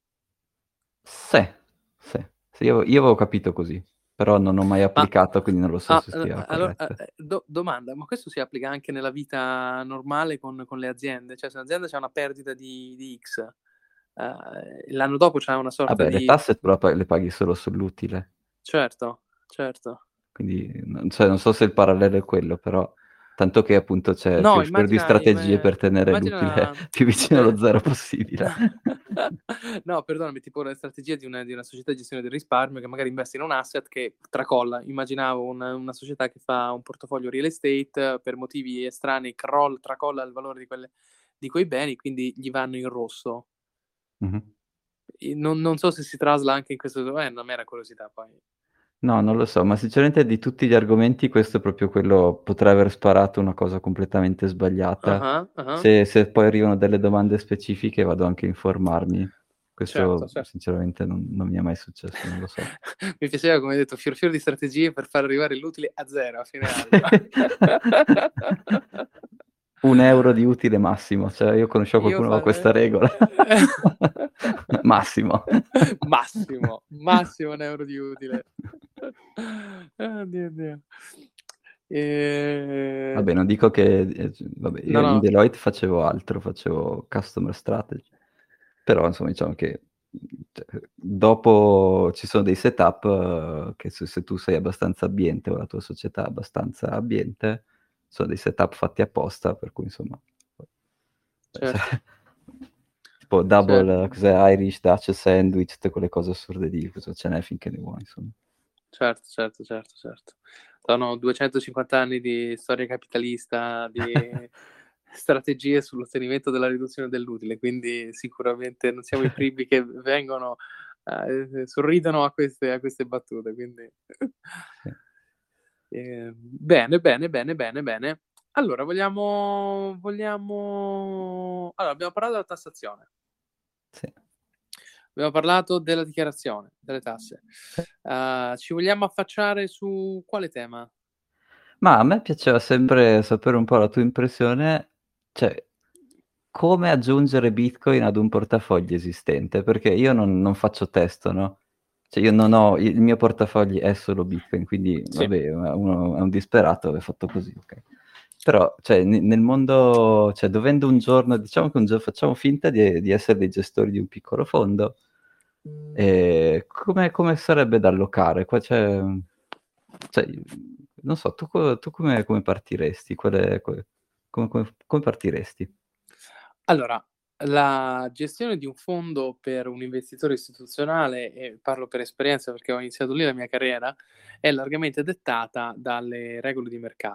Sì, sì, sì, io, io avevo capito così, però non ho mai Ma applicato, quindi non lo so ah, se eh, sia allora, corretto. eh, do- domanda, ma questo si applica anche nella vita normale con, con le aziende? Cioè se un'azienda c'ha una perdita di, di X, eh, l'anno dopo c'ha una sorta Vabbè, le di... tasse tu la pa- le paghi solo sull'utile. Certo, certo. Quindi non, cioè, non so se il parallelo è quello, però tanto che appunto c'è No, più fior di immagina, strategie imm- per tenere l'utile immagina... più vicino eh, allo zero possibile. no, perdonami, tipo la strategia di una, di una società di gestione del risparmio che magari investe in un asset che tracolla. Immaginavo una, una società che fa un portafoglio real estate, per motivi estranei croll, tracolla il valore di, quelle, di quei beni, quindi gli vanno in rosso. Mhm. E Non, non so se si trasla anche in questo... Eh, una mera curiosità poi. No, non lo so, ma sinceramente di tutti gli argomenti questo è proprio quello, potrei aver sparato una cosa completamente sbagliata. Ah, ah, Se, se poi arrivano delle domande specifiche vado anche a informarmi. certo, Questo certo. sinceramente non, non mi è mai successo, non lo so. Mi piaceva, come hai detto, fior fior di strategie per far arrivare l'utile a zero a fine Sì. anno. Un euro di utile massimo, cioè io conoscevo Io qualcuno che aveva fa... questa regola. Massimo. massimo, massimo un euro di utile. Oh, Dio, Dio. E... Vabbè, non dico che... eh, vabbè, io No, in no, Deloitte facevo altro, facevo customer strategy, però insomma diciamo che cioè, dopo ci sono dei setup eh, che se, se tu sei abbastanza abbiente o la tua società è abbastanza abbiente, sono dei setup fatti apposta, per cui insomma... eh, cioè, certo, tipo certo, double, cos'è, Irish, Dutch sandwich, tutte quelle cose assurde di cosa ce n'è finché ne vuoi, insomma. certo, certo, certo, certo. Sono duecentocinquanta anni di storia capitalista, di strategie sull'ottenimento della riduzione dell'utile, quindi sicuramente non siamo i primi che vengono, eh, sorridono a queste, a queste battute. Quindi... Sì, Eh, bene, bene, bene, bene, bene. Allora, vogliamo, vogliamo... Allora, abbiamo parlato della tassazione, sì. abbiamo parlato della dichiarazione delle tasse. Sì. Uh, ci vogliamo affacciare su quale tema? Ma a me piaceva sempre sapere un po' la tua impressione, cioè come aggiungere Bitcoin ad un portafoglio esistente, perché io non, non faccio testo, no? Cioè io non ho, il mio portafoglio è solo Bitcoin, quindi Sì, vabbè, uno è un disperato, è fatto così, ok. Però, cioè, ne- nel mondo, cioè, dovendo un giorno, diciamo che un giorno facciamo finta di, di essere dei gestori di un piccolo fondo, e come, come sarebbe da allocare? Qua c'è, cioè, non so, tu, co- tu come, come partiresti? Qual è- que- come, come- come partiresti? allora, la gestione di un fondo per un investitore istituzionale, e parlo per esperienza perché ho iniziato lì la mia carriera, è largamente dettata dalle regole di mercato.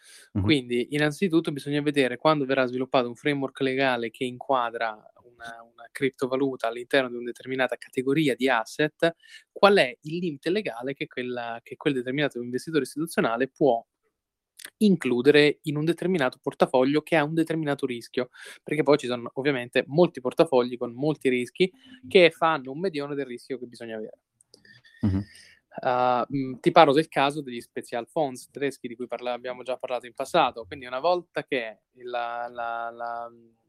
Mhm. Quindi, innanzitutto, bisogna vedere quando verrà sviluppato un framework legale che inquadra una, una criptovaluta all'interno di una determinata categoria di asset, qual è il limite legale che, quella, che quel determinato investitore istituzionale può includere in un determinato portafoglio che ha un determinato rischio, perché poi ci sono ovviamente molti portafogli con molti rischi che fanno un medione del rischio che bisogna avere. Mhm. Uh, mh, ti parlo del caso degli special funds tedeschi di cui parla- abbiamo già parlato in passato. Quindi, una volta che la, la, la,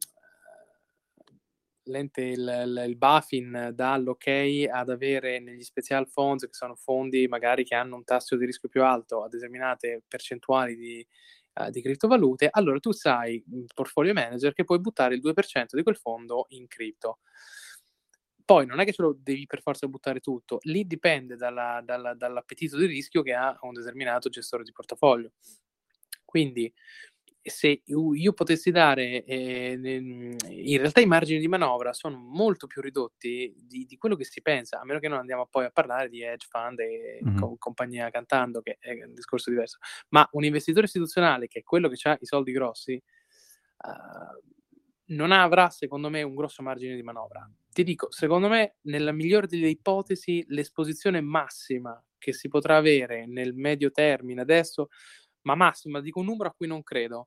l'ente, il, il, il BaFin dà l'ok ad avere negli special funds, che sono fondi magari che hanno un tasso di rischio più alto, a determinate percentuali di, uh, di criptovalute, allora tu sai, portfolio manager, che puoi buttare il due per cento di quel fondo in cripto. Poi non è che ce lo devi per forza buttare tutto, lì dipende dalla, dalla, dall'appetito di rischio che ha un determinato gestore di portafoglio. Quindi, se io potessi dare, eh, in realtà i margini di manovra sono molto più ridotti di, di quello che si pensa, a meno che non andiamo poi a parlare di hedge fund e Mhm. co- compagnia cantando, che è un discorso diverso. Ma un investitore istituzionale, che è quello che ha i soldi grossi, uh, non avrà, secondo me, un grosso margine di manovra. Ti dico, secondo me, nella migliore delle ipotesi, l'esposizione massima che si potrà avere nel medio termine adesso, ma massima, dico un numero a cui non credo,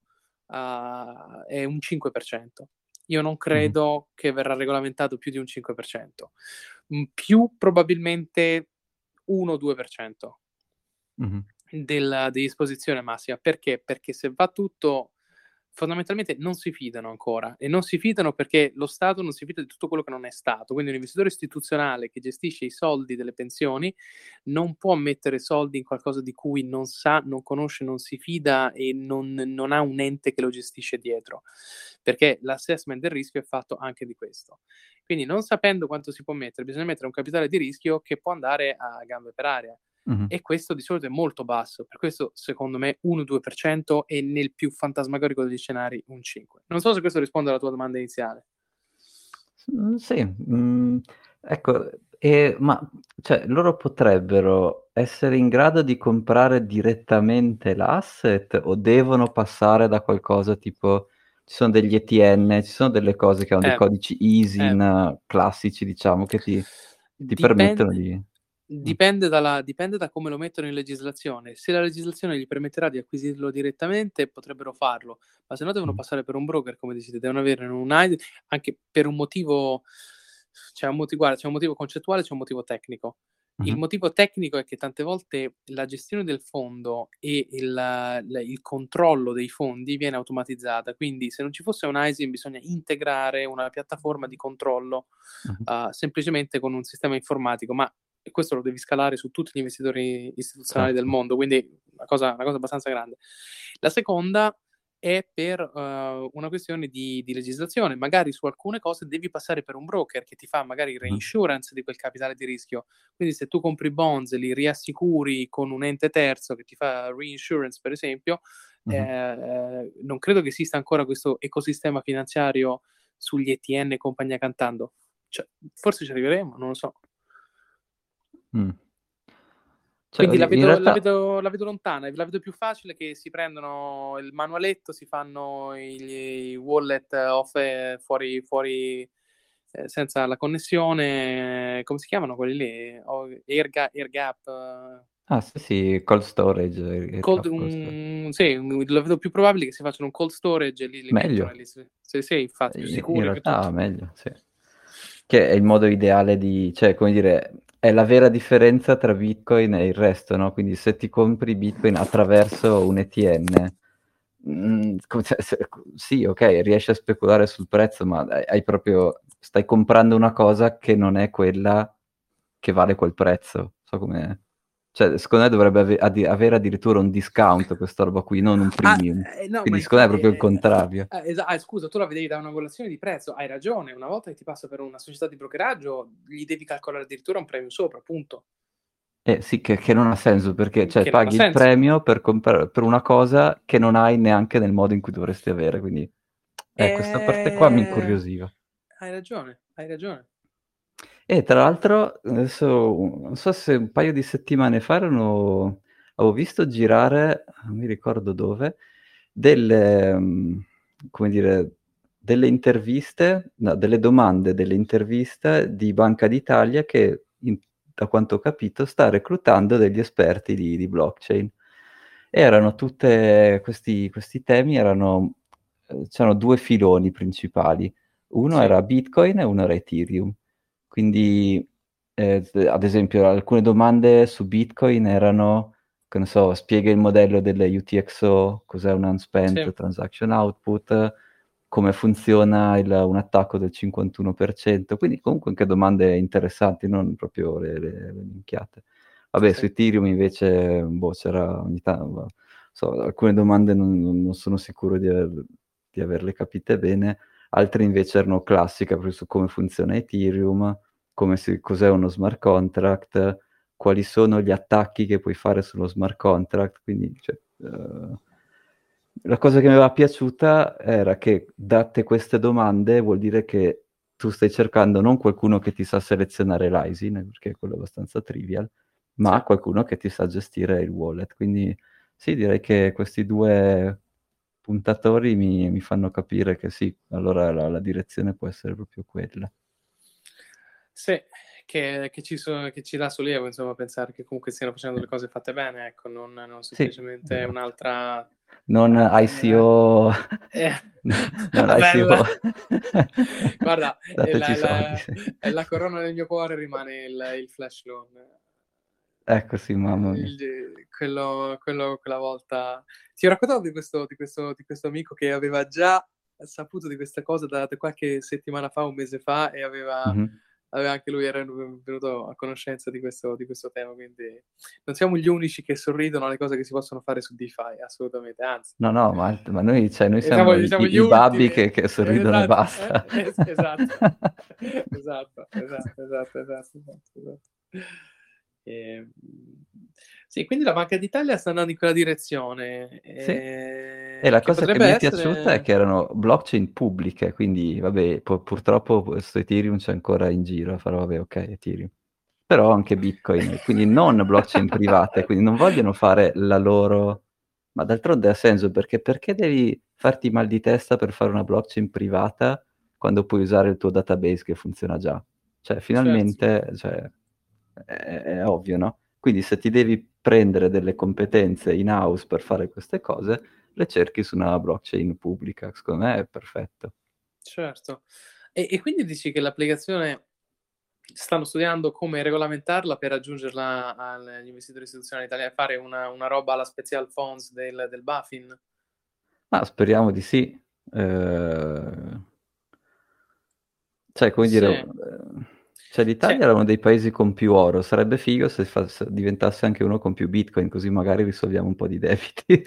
uh, è un cinque per cento. Io non credo mm-hmm. che verrà regolamentato più di un cinque per cento. Più probabilmente uno due per cento mm-hmm. della, dell'esposizione massima. Perché? Perché se va tutto... fondamentalmente non si fidano ancora, e non si fidano perché lo Stato non si fida di tutto quello che non è Stato. Quindi un investitore istituzionale che gestisce i soldi delle pensioni non può mettere soldi in qualcosa di cui non sa, non conosce, non si fida e non, non ha un ente che lo gestisce dietro, perché l'assessment del rischio è fatto anche di questo. Quindi, non sapendo quanto si può mettere, bisogna mettere un capitale di rischio che può andare a gambe per aria. Mm-hmm. E questo di solito è molto basso, per questo secondo me uno due per cento e nel più fantasmagorico degli scenari un cinque per cento. Non so se questo risponde alla tua domanda iniziale. Mm, sì, mm, ecco, e, ma cioè, loro potrebbero essere in grado di comprare direttamente l'asset o devono passare da qualcosa tipo, ci sono degli E T N, ci sono delle cose che hanno Eh, dei codici I S I N eh, classici, diciamo, che ti, ti dipende, permettono di... Dipende, dalla, dipende da come lo mettono in legislazione. Se la legislazione gli permetterà di acquisirlo direttamente, potrebbero farlo, ma se no devono Mm. passare per un broker, come dicete, devono avere un I D, anche per un motivo, c'è un motivo, guarda, c'è un motivo concettuale, c'è un motivo tecnico. Il Mhm. motivo tecnico è che tante volte la gestione del fondo e il, il controllo dei fondi viene automatizzata, quindi se non ci fosse un I S I N bisogna integrare una piattaforma di controllo Mhm. uh, semplicemente con un sistema informatico, ma questo lo devi scalare su tutti gli investitori istituzionali Certo. del mondo, quindi una cosa, una cosa abbastanza grande. La seconda è per uh, una questione di, di legislazione. Magari su alcune cose devi passare per un broker che ti fa magari il reinsurance di quel capitale di rischio. Quindi se tu compri bonds e li riassicuri con un ente terzo che ti fa reinsurance, per esempio, uh-huh. eh, non credo che esista ancora questo ecosistema finanziario sugli E T N e compagnia cantando. Cioè, forse ci arriveremo, non lo so. Mm. Cioè, Quindi la vedo, realtà... la, vedo, la vedo lontana, la vedo più facile che si prendono il manualetto, si fanno i wallet off, eh, fuori, fuori eh, senza la connessione, come si chiamano quelli lì? Oh, Airga, Airgap. Eh. Ah sì, sì, cold storage. Cold, um, sì, la vedo più probabile che si facciano un cold storage e li, li mettono. Li, sì, sì, infatti, più In, in sicuri, più realtà tutto. meglio, sì. Che è il modo ideale di, cioè, come dire, è la vera differenza tra Bitcoin e il resto, no? Quindi se ti compri Bitcoin attraverso un E T N, mh, cioè, se, sì, ok, riesci a speculare sul prezzo, ma hai, hai proprio, stai comprando una cosa che non è quella che vale quel prezzo. So come... Cioè, secondo me dovrebbe ave- adi- avere addirittura un discount questa roba qui, non un premium. Ah, eh, no, Quindi ma secondo me è infatti, proprio il eh, contrario. eh, esa- ah, scusa, tu la vedevi da una valutazione di prezzo, hai ragione, una volta che ti passa per una società di brokeraggio, gli devi calcolare addirittura un premio sopra, appunto. Eh sì, che, che non ha senso, perché cioè, Che non ha paghi il senso. premio per, comprare, per una cosa che non hai neanche nel modo in cui dovresti avere, quindi eh, questa parte qua mi Eh, incuriosiva. Hai ragione, hai ragione. E tra l'altro, adesso non so se un paio di settimane fa erano, avevo visto girare, non mi ricordo dove, delle, mh, come dire, delle interviste, no, delle domande, delle interviste di Banca d'Italia che, in- da quanto ho capito, sta reclutando degli esperti di, di blockchain. Erano tutte questi, questi temi, erano, eh, c'erano due filoni principali. Uno Sì, era Bitcoin e uno era Ethereum. Quindi, eh, ad esempio, alcune domande su Bitcoin erano, che ne so, spiega il modello delle U T X O, cos'è un sì, unspent transaction output, come funziona il- un attacco del cinquantuno per cento. Quindi comunque anche domande interessanti, non proprio le, le- le minchiate. sì, Vabbè, sì, su Ethereum invece, boh, c'era ogni tanto, so, alcune domande non, non sono sicuro di, aver- di averle capite bene, altre invece erano classiche proprio su come funziona Ethereum, come si- cos'è uno smart contract, quali sono gli attacchi che puoi fare sullo smart contract. Quindi, cioè, eh, la cosa che mi aveva piaciuta era che, date queste domande, vuol dire che tu stai cercando non qualcuno che ti sa selezionare l'I S I N, perché quello è abbastanza trivial, sì. ma qualcuno che ti sa gestire il wallet. Quindi sì, direi che questi due puntatori mi, mi fanno capire che sì, allora la, la direzione può essere proprio quella. Sì, che, che ci so- che ci dà sollievo, insomma, pensare che comunque stiano facendo Sì, le cose fatte bene, ecco, non, non sì, semplicemente esatto. un'altra... Non eh, I C O, eh, non bella! I C O. Guarda, è Dateci la, i soldi, la- sì. è la corona del mio cuore rimane il, il flash loan. Ecco sì, mamma mia. Il- quello, quello- quella volta ti ho raccontato di questo, di questo, di questo amico che aveva già saputo di questa cosa da, da qualche settimana fa, un mese fa, e aveva, Mhm. aveva anche lui era venuto a conoscenza di questo, di questo tema. Quindi non siamo gli unici che sorridono alle cose che si possono fare su DeFi, assolutamente, anzi. No, no, ma, ma noi, cioè, noi E siamo, siamo i, siamo i- gli i babbi ultimi. che, che sorridono e Esatto, eh? basta. Es- esatto, esatto, esatto, esatto, esatto, esatto, esatto. E, sì, quindi la Banca d'Italia sta andando in quella direzione, Sì. E eh, la che cosa che potrebbe mi è piaciuta è essere... che erano blockchain pubbliche, quindi vabbè, pu- purtroppo questo Ethereum c'è ancora in giro, farò vabbè, ok, Ethereum. Però anche Bitcoin, quindi non blockchain private, quindi non vogliono fare la loro... Ma d'altronde ha senso, perché perché devi farti mal di testa per fare una blockchain privata quando puoi usare il tuo database che funziona già? Cioè, Certo, finalmente, cioè, è, è ovvio, no? Quindi se ti devi prendere delle competenze in-house per fare queste cose, le cerchi su una blockchain pubblica. Secondo me è perfetto. certo. E, e quindi dici che l'applicazione stanno studiando come regolamentarla per aggiungerla agli investitori istituzionali italiani, fare una, una roba alla special funds del, del Bafin? Ma speriamo di sì. Eh, Cioè, come dire, Sì. eh, cioè l'Italia Cioè, era uno dei paesi con più oro, sarebbe figo se, fa- se diventasse anche uno con più Bitcoin, così magari risolviamo un po' di debiti.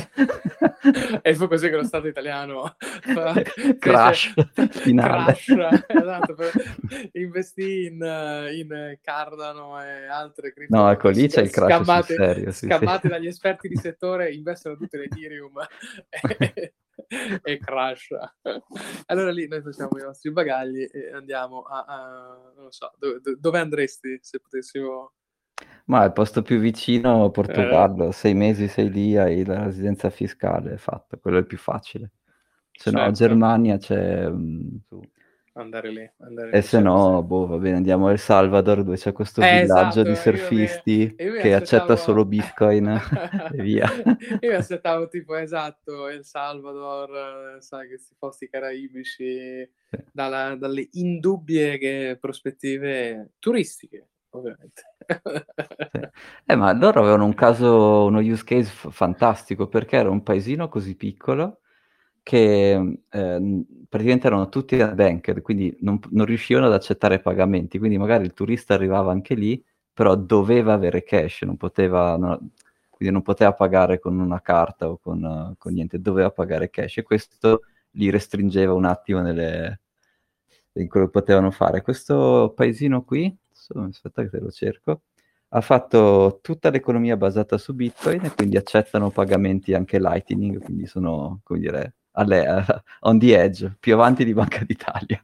e fu così che lo Stato italiano fa- fece Crash finale. crash, esatto, per- investì in, in Cardano e altre No, ecco, criptovalute lì c'è sc- il crash sul scammate, serio, sì, sì. scammate dagli esperti di settore, investono tutte le Ethereum e, e crash. Allora lì noi facciamo i nostri bagagli e andiamo a, a- non lo so, dove, dove andresti se potessimo... Ma il posto più vicino, Eh, Portogallo, sei mesi sei lì, hai la residenza fiscale, è fatto, quello è il più facile. Se no, certo, Germania c'è... mm, su. andare lì, andare E lì, se certo. no, boh, va bene, andiamo a El Salvador dove c'è questo Eh, villaggio esatto, di io mi, surfisti io mi che accetta aspettavo, solo Bitcoin e via. io mi aspettavo tipo esatto, El Salvador, eh, sai, questi posti caraibici, Sì. dalla- dalle indubbie che- prospettive turistiche, ovviamente. Sì. Eh, ma loro avevano un caso, uno use case f- fantastico perché era un paesino così piccolo che eh, praticamente erano tutti unbanked, quindi non, non riuscivano ad accettare pagamenti, quindi magari il turista arrivava anche lì, però doveva avere cash, non poteva, no- quindi non poteva pagare con una carta o con, eh, con niente, doveva pagare cash e questo li restringeva un attimo nelle, in quello che potevano fare. Questo paesino qui, adesso, aspetta che te lo cerco, ha fatto tutta l'economia basata su Bitcoin e quindi accettano pagamenti anche Lightning, quindi sono, come dire, alle, uh, on the edge, più avanti di Banca d'Italia.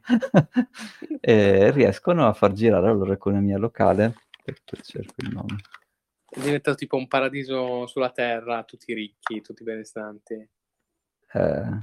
E riescono a far girare la loro economia locale. Aspetta, cerco il nome. È diventato tipo un paradiso sulla terra, tutti ricchi, tutti benestanti. Eh,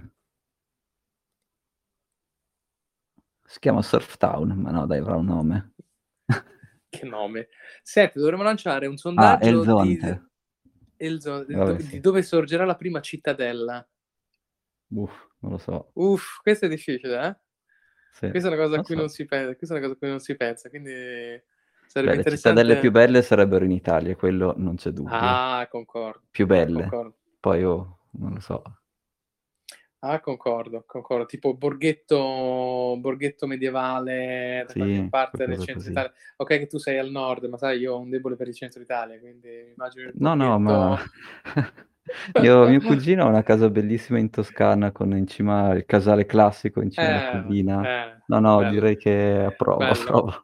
si chiama Surftown, ma no, dai, avrà un nome. Che nome. Senti, dovremmo lanciare un Ah, sondaggio di, Elzonte. Elzo- di Vabbè, do- di sì. dove sorgerà la prima cittadella. Uff, non lo so. Uff, questo è difficile, eh? Sì. Questa è una cosa a Non cui so. non si pensa, questa è una cosa a cui non si pensa, quindi Beh, sarebbe le cittadelle più interessante. belle sarebbero in Italia, quello non c'è dubbio. Ah, concordo, Più belle. concordo. Poi, oh, non lo so. Ah, concordo, concordo. Tipo borghetto, borghetto medievale da qualche Sì, parte del qualcosa centro così. Italia. Ok che tu sei al nord, ma sai, io ho un debole per il centro Italia, quindi immagino il No, no, ma borghetto. mio, mio cugino ha una casa bellissima in Toscana con in cima il casale classico in cima alla Eh, collina. eh, No, no, bello, direi che approvo, bello, approvo.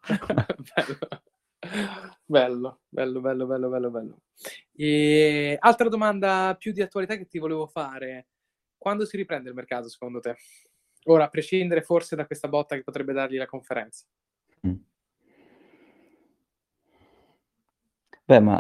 bello, bello, bello, bello, bello, bello, bello. E altra domanda più di attualità che ti volevo fare. Quando si riprende il mercato, secondo te? Ora, a prescindere forse da questa botta che potrebbe dargli la conferenza. Mm. Beh, ma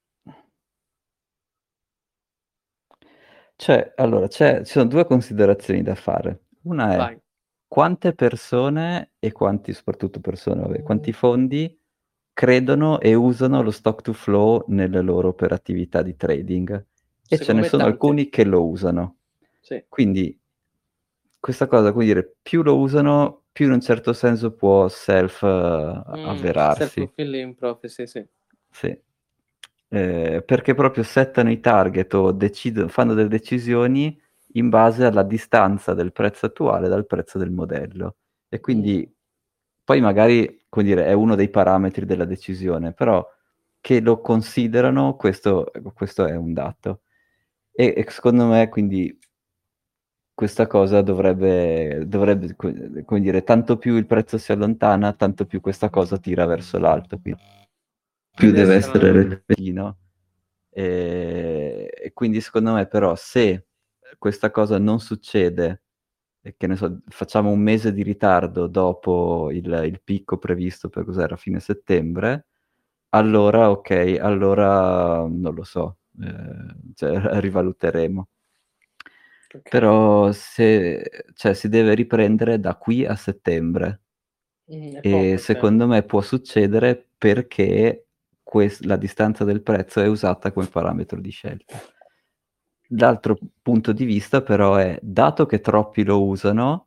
c'è, allora, c'è, ci sono due considerazioni da fare. Una è Vai. quante persone e quanti, soprattutto persone, vabbè, quanti fondi credono e usano lo stock to flow nelle loro operatività di trading. E ce Secondo ne me sono tante. alcuni che lo usano. Sì. Quindi questa cosa, come dire, più lo usano, più in un certo senso può Mm, self-avverarsi. self-fulfilling prophecy, sì. Sì. Eh, perché proprio settano i target o decidono, fanno delle decisioni in base alla distanza del prezzo attuale dal prezzo del modello. E Mm. quindi poi magari, come dire, è uno dei parametri della decisione, però che lo considerano, questo, questo è un dato. E, e secondo me, quindi, questa cosa dovrebbe, dovrebbe, co- come dire, tanto più il prezzo si allontana, tanto più questa cosa tira verso l'alto. Quindi più Deve deve essere essere una... repentino. E, e quindi secondo me però se questa cosa non succede, e che ne so, facciamo un mese di ritardo dopo il, il picco previsto per cos'era fine settembre, allora ok, allora non lo so, eh, cioè, rivaluteremo. Ok. Però se, cioè, si deve riprendere da qui a settembre. Mm, è E poco il secondo tempo. me può succedere perché quest- la distanza del prezzo è usata come parametro di scelta. L'altro punto di vista però è, dato che troppi lo usano,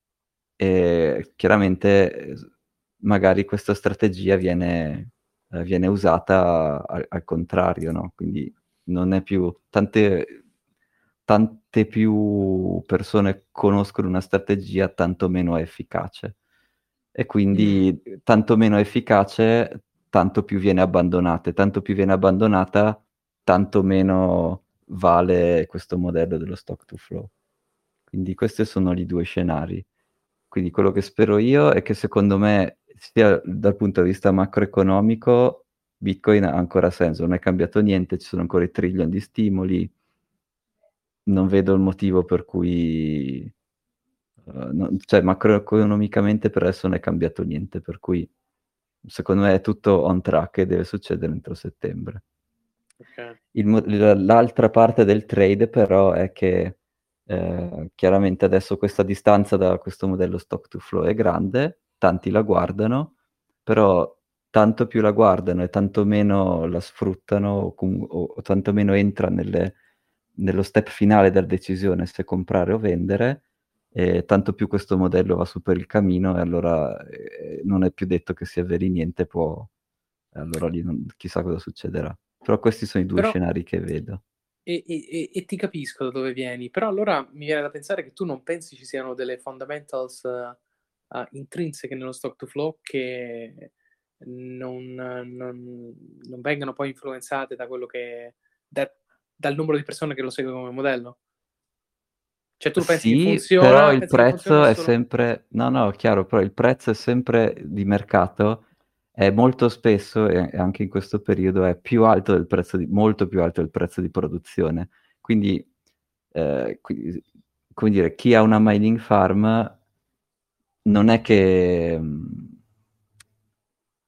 eh, chiaramente eh, magari questa strategia viene, eh, viene usata al, al contrario, no? Quindi non è più tante, tante più persone conoscono una strategia, tanto meno è efficace. E Mm. quindi tanto meno efficace, tanto più viene abbandonata, e tanto più viene abbandonata, tanto meno vale questo modello dello stock to flow. Quindi questi sono i due scenari. Quindi quello che spero io è che secondo me, sia dal punto di vista macroeconomico, Bitcoin ha ancora senso, non è cambiato niente, ci sono ancora i trillion di stimoli, non vedo il motivo per cui, eh, non- cioè macroeconomicamente per adesso non è cambiato niente, per cui secondo me è tutto on track e deve succedere entro settembre. Ok. Il mo- l- l'altra parte del trade però è che eh, chiaramente adesso questa distanza da questo modello stock to flow è grande, tanti la guardano, però tanto più la guardano e tanto meno la sfruttano o, com- o- o tanto meno entra nelle- nello step finale della decisione se comprare o vendere, e tanto più questo modello va su per il cammino e allora eh, non è più detto che si avveri niente, può, allora lì non- chissà cosa succederà. Però questi sono i due Però, scenari che vedo. e, e- e- e ti capisco da dove vieni, però allora mi viene da pensare che tu non pensi ci siano delle fundamentals eh, eh, intrinseche nello stock to flow che non, non- non vengano poi influenzate da quello che... da- dal numero di persone che lo seguono come modello? Cioè tu pensi che Sì, però funziona, il pensi che funzioni prezzo è solo... sempre, no, no, chiaro, però il prezzo è sempre di mercato, è molto spesso, e e anche in questo periodo, è più alto del prezzo di, molto più alto del prezzo di produzione. Quindi, eh, qui- come dire, chi ha una mining farm non è che, mh,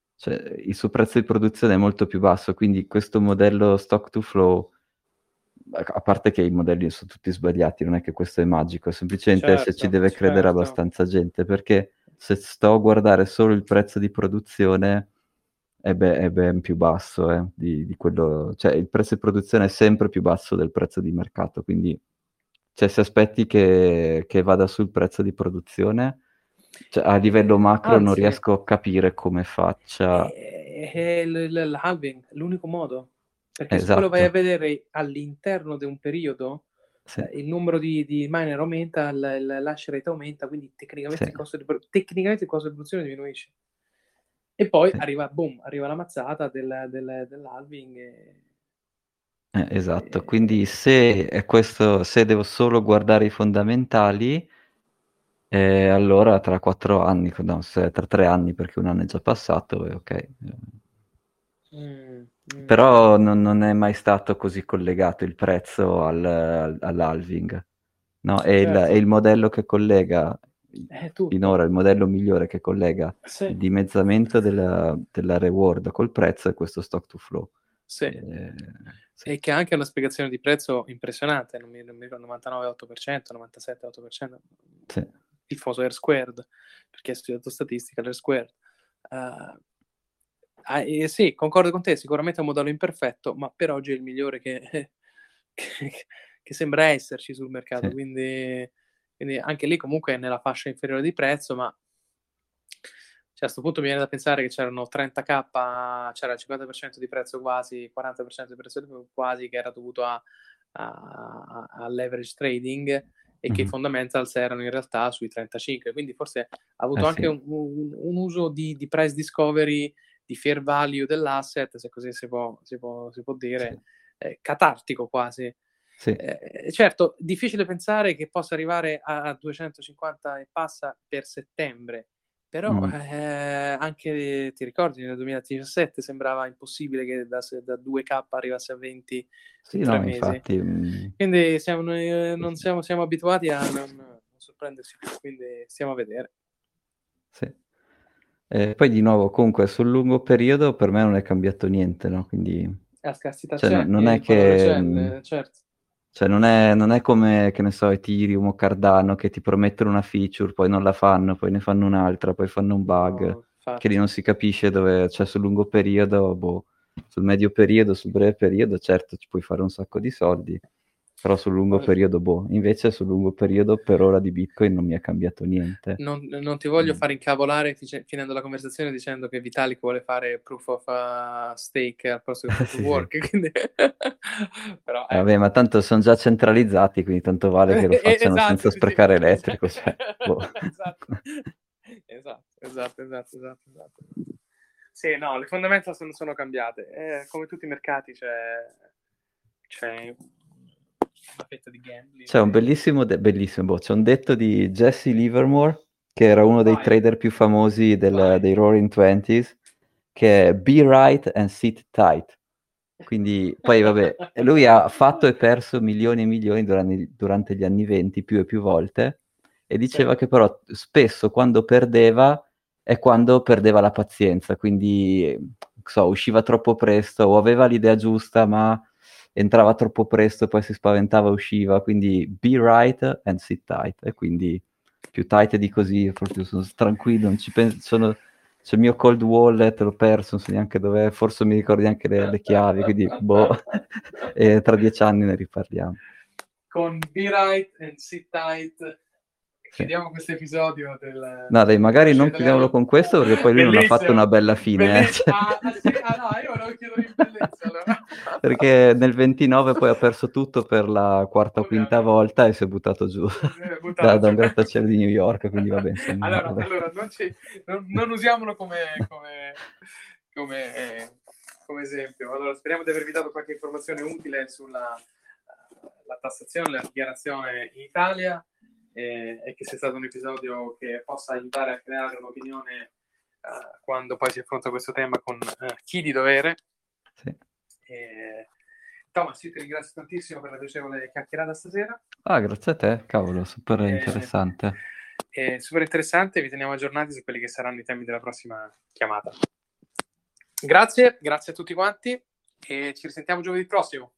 cioè, il suo prezzo di produzione è molto più basso, quindi questo modello stock to flow a parte che i modelli sono tutti sbagliati, non è che questo è magico, semplicemente se ci Certo, deve credere certo. abbastanza gente, perché se sto a guardare solo il prezzo di produzione è, be- è ben più basso eh, di, di quello, cioè il prezzo di produzione è sempre più basso del prezzo di mercato, quindi cioè, se aspetti che, che vada sul prezzo di produzione, cioè, a livello Eh, macro non anzi, riesco a capire come faccia. è, è l- l- l'halving, l'unico modo. Perché se poi lo vai a Esatto, vedere all'interno di un periodo, sì, eh, il numero di, di miner aumenta, il, il hash rate aumenta, quindi tecnicamente sì, il costo di, pro- tecnicamente il costo di produzione diminuisce. E poi sì. arriva, boom, arriva la mazzata del, del, dell'halving. E, Eh, esatto, quindi e- se è questo, se devo solo guardare i fondamentali, eh, allora tra quattro anni, no, se- tra tre anni, perché un anno è già passato, è ok. Eh, Mm, mm. Però non, non è mai stato così collegato il prezzo al, al- all'halving, no? È il, è Certo, il modello che collega, è tutto. finora il modello migliore che collega Sì, il dimezzamento della, della reward col prezzo è questo stock to flow. sì. Eh, sì, E che ha anche una spiegazione di prezzo impressionante, non mi, non mi ricordo, novantanove virgola otto per cento, novantasette virgola otto per cento, sì, il famoso R squared, perché ha studiato statistica, l'R squared. Uh, ah, eh, sì, concordo con te, sicuramente è un modello imperfetto, ma per oggi è il migliore che, che, che sembra esserci sul mercato, sì. quindi, quindi anche lì comunque è nella fascia inferiore di prezzo, ma cioè, a questo punto mi viene da pensare che c'erano trenta K, c'era il cinquanta per cento di prezzo quasi, quaranta per cento di prezzo quasi, che era dovuto a, a, a leverage trading e che i Mhm. fundamentals erano in realtà sui trentacinque. Quindi forse ha Eh avuto anche sì, un, un, un uso di, di price discovery, di fair value dell'asset, se così si può, si può, si può dire, sì, eh, catartico quasi. sì. Eh, certo, difficile pensare che possa arrivare a duecentocinquanta e passa per settembre, però Mm. eh, anche ti ricordi nel duemiladiciassette sembrava impossibile che da, da due K arrivasse a venti Sì, in tre no, mesi. infatti, mm, Quindi siamo, eh, sì, non sì, siamo, siamo abituati a non, non sorprendersi più, quindi stiamo a vedere. sì. Eh, poi di nuovo, comunque, sul lungo periodo per me non è cambiato niente, no? Quindi, La scarsità cioè, no- c'è, non è il valore che, c'è, mm, il- certo. cioè, non è, non è come, che ne so, Ethereum o Cardano che ti promettono una feature, poi non la fanno, poi ne fanno un'altra, poi fanno un bug, No, che lì infatti. non si capisce dove, cioè, sul lungo periodo, boh, sul medio periodo, sul breve periodo, certo, ci puoi fare un sacco di soldi, però sul lungo Guarda, periodo, boh, invece sul lungo periodo per ora di Bitcoin non mi è cambiato niente. Non, non ti voglio Mm. fare incavolare fice- finendo la conversazione dicendo che Vitalik vuole fare proof of uh, stake al posto che proof of Sì, sì. work, quindi... però Eh, Vabbè, ecco. ma tanto sono già centralizzati, quindi tanto vale che lo Eh, eh, facciano esatto, senza dici- sprecare es- elettrico, cioè, boh. esatto. Esatto, esatto, esatto, esatto, esatto. Sì, no, le fondamenta sono, sono cambiate. Eh, come tutti i mercati c'è, c'è una fetta di gambling. C'è un bellissimo, de- bellissimo, boh, c'è un detto di Jesse Livermore, che era uno dei Vai, trader più famosi del- vai. dei Roaring Twenties, che è Be right and sit tight. Quindi, poi vabbè, e lui ha fatto e perso milioni e milioni durante, durante gli anni venti, più e più volte, e Sì, diceva che però spesso quando perdeva è quando perdeva la pazienza, quindi, eh, non so, usciva troppo presto o aveva l'idea giusta, ma entrava troppo presto, poi si spaventava, usciva, quindi be right and sit tight, e quindi più tight di così, proprio sono tranquillo, non ci penso, sono c'è il mio cold wallet, l'ho perso, non so neanche dov'è, forse mi ricordo neanche le, le chiavi, quindi boh, e tra dieci anni ne riparliamo. con Be Right and Sit Tight Sì. chiudiamo questo episodio del, No, dai, dello magari show non chiudiamolo italiano. con questo perché poi lui non ha fatto una Bellissimo, bella fine, eh, bellissimo. cioè- Ah, ah, sì? Ah, no, io volevo chiudere in bellezza allora. perché nel ventinove poi ha perso tutto per la quarta o quinta Ovviamente. volta e si è buttato giù Eh, da, buttato da giù. un grattacielo di New York, quindi vabbè, insomma, Allora, vabbè. allora non, ci, non, non usiamolo come, come, come, eh, come esempio. Allora, speriamo di avervi dato qualche informazione utile sulla eh, la tassazione, la dichiarazione in Italia eh, e che sia stato un episodio che possa aiutare a creare un'opinione eh, quando poi si affronta questo tema con eh, chi di dovere. Sì. E, Thomas, io ti ringrazio tantissimo per la piacevole chiacchierata stasera. Ah, grazie a te, cavolo, super Eh, interessante. è super interessante, vi teniamo aggiornati su quelli che saranno i temi della prossima chiamata. Grazie, grazie a tutti quanti e ci risentiamo giovedì prossimo.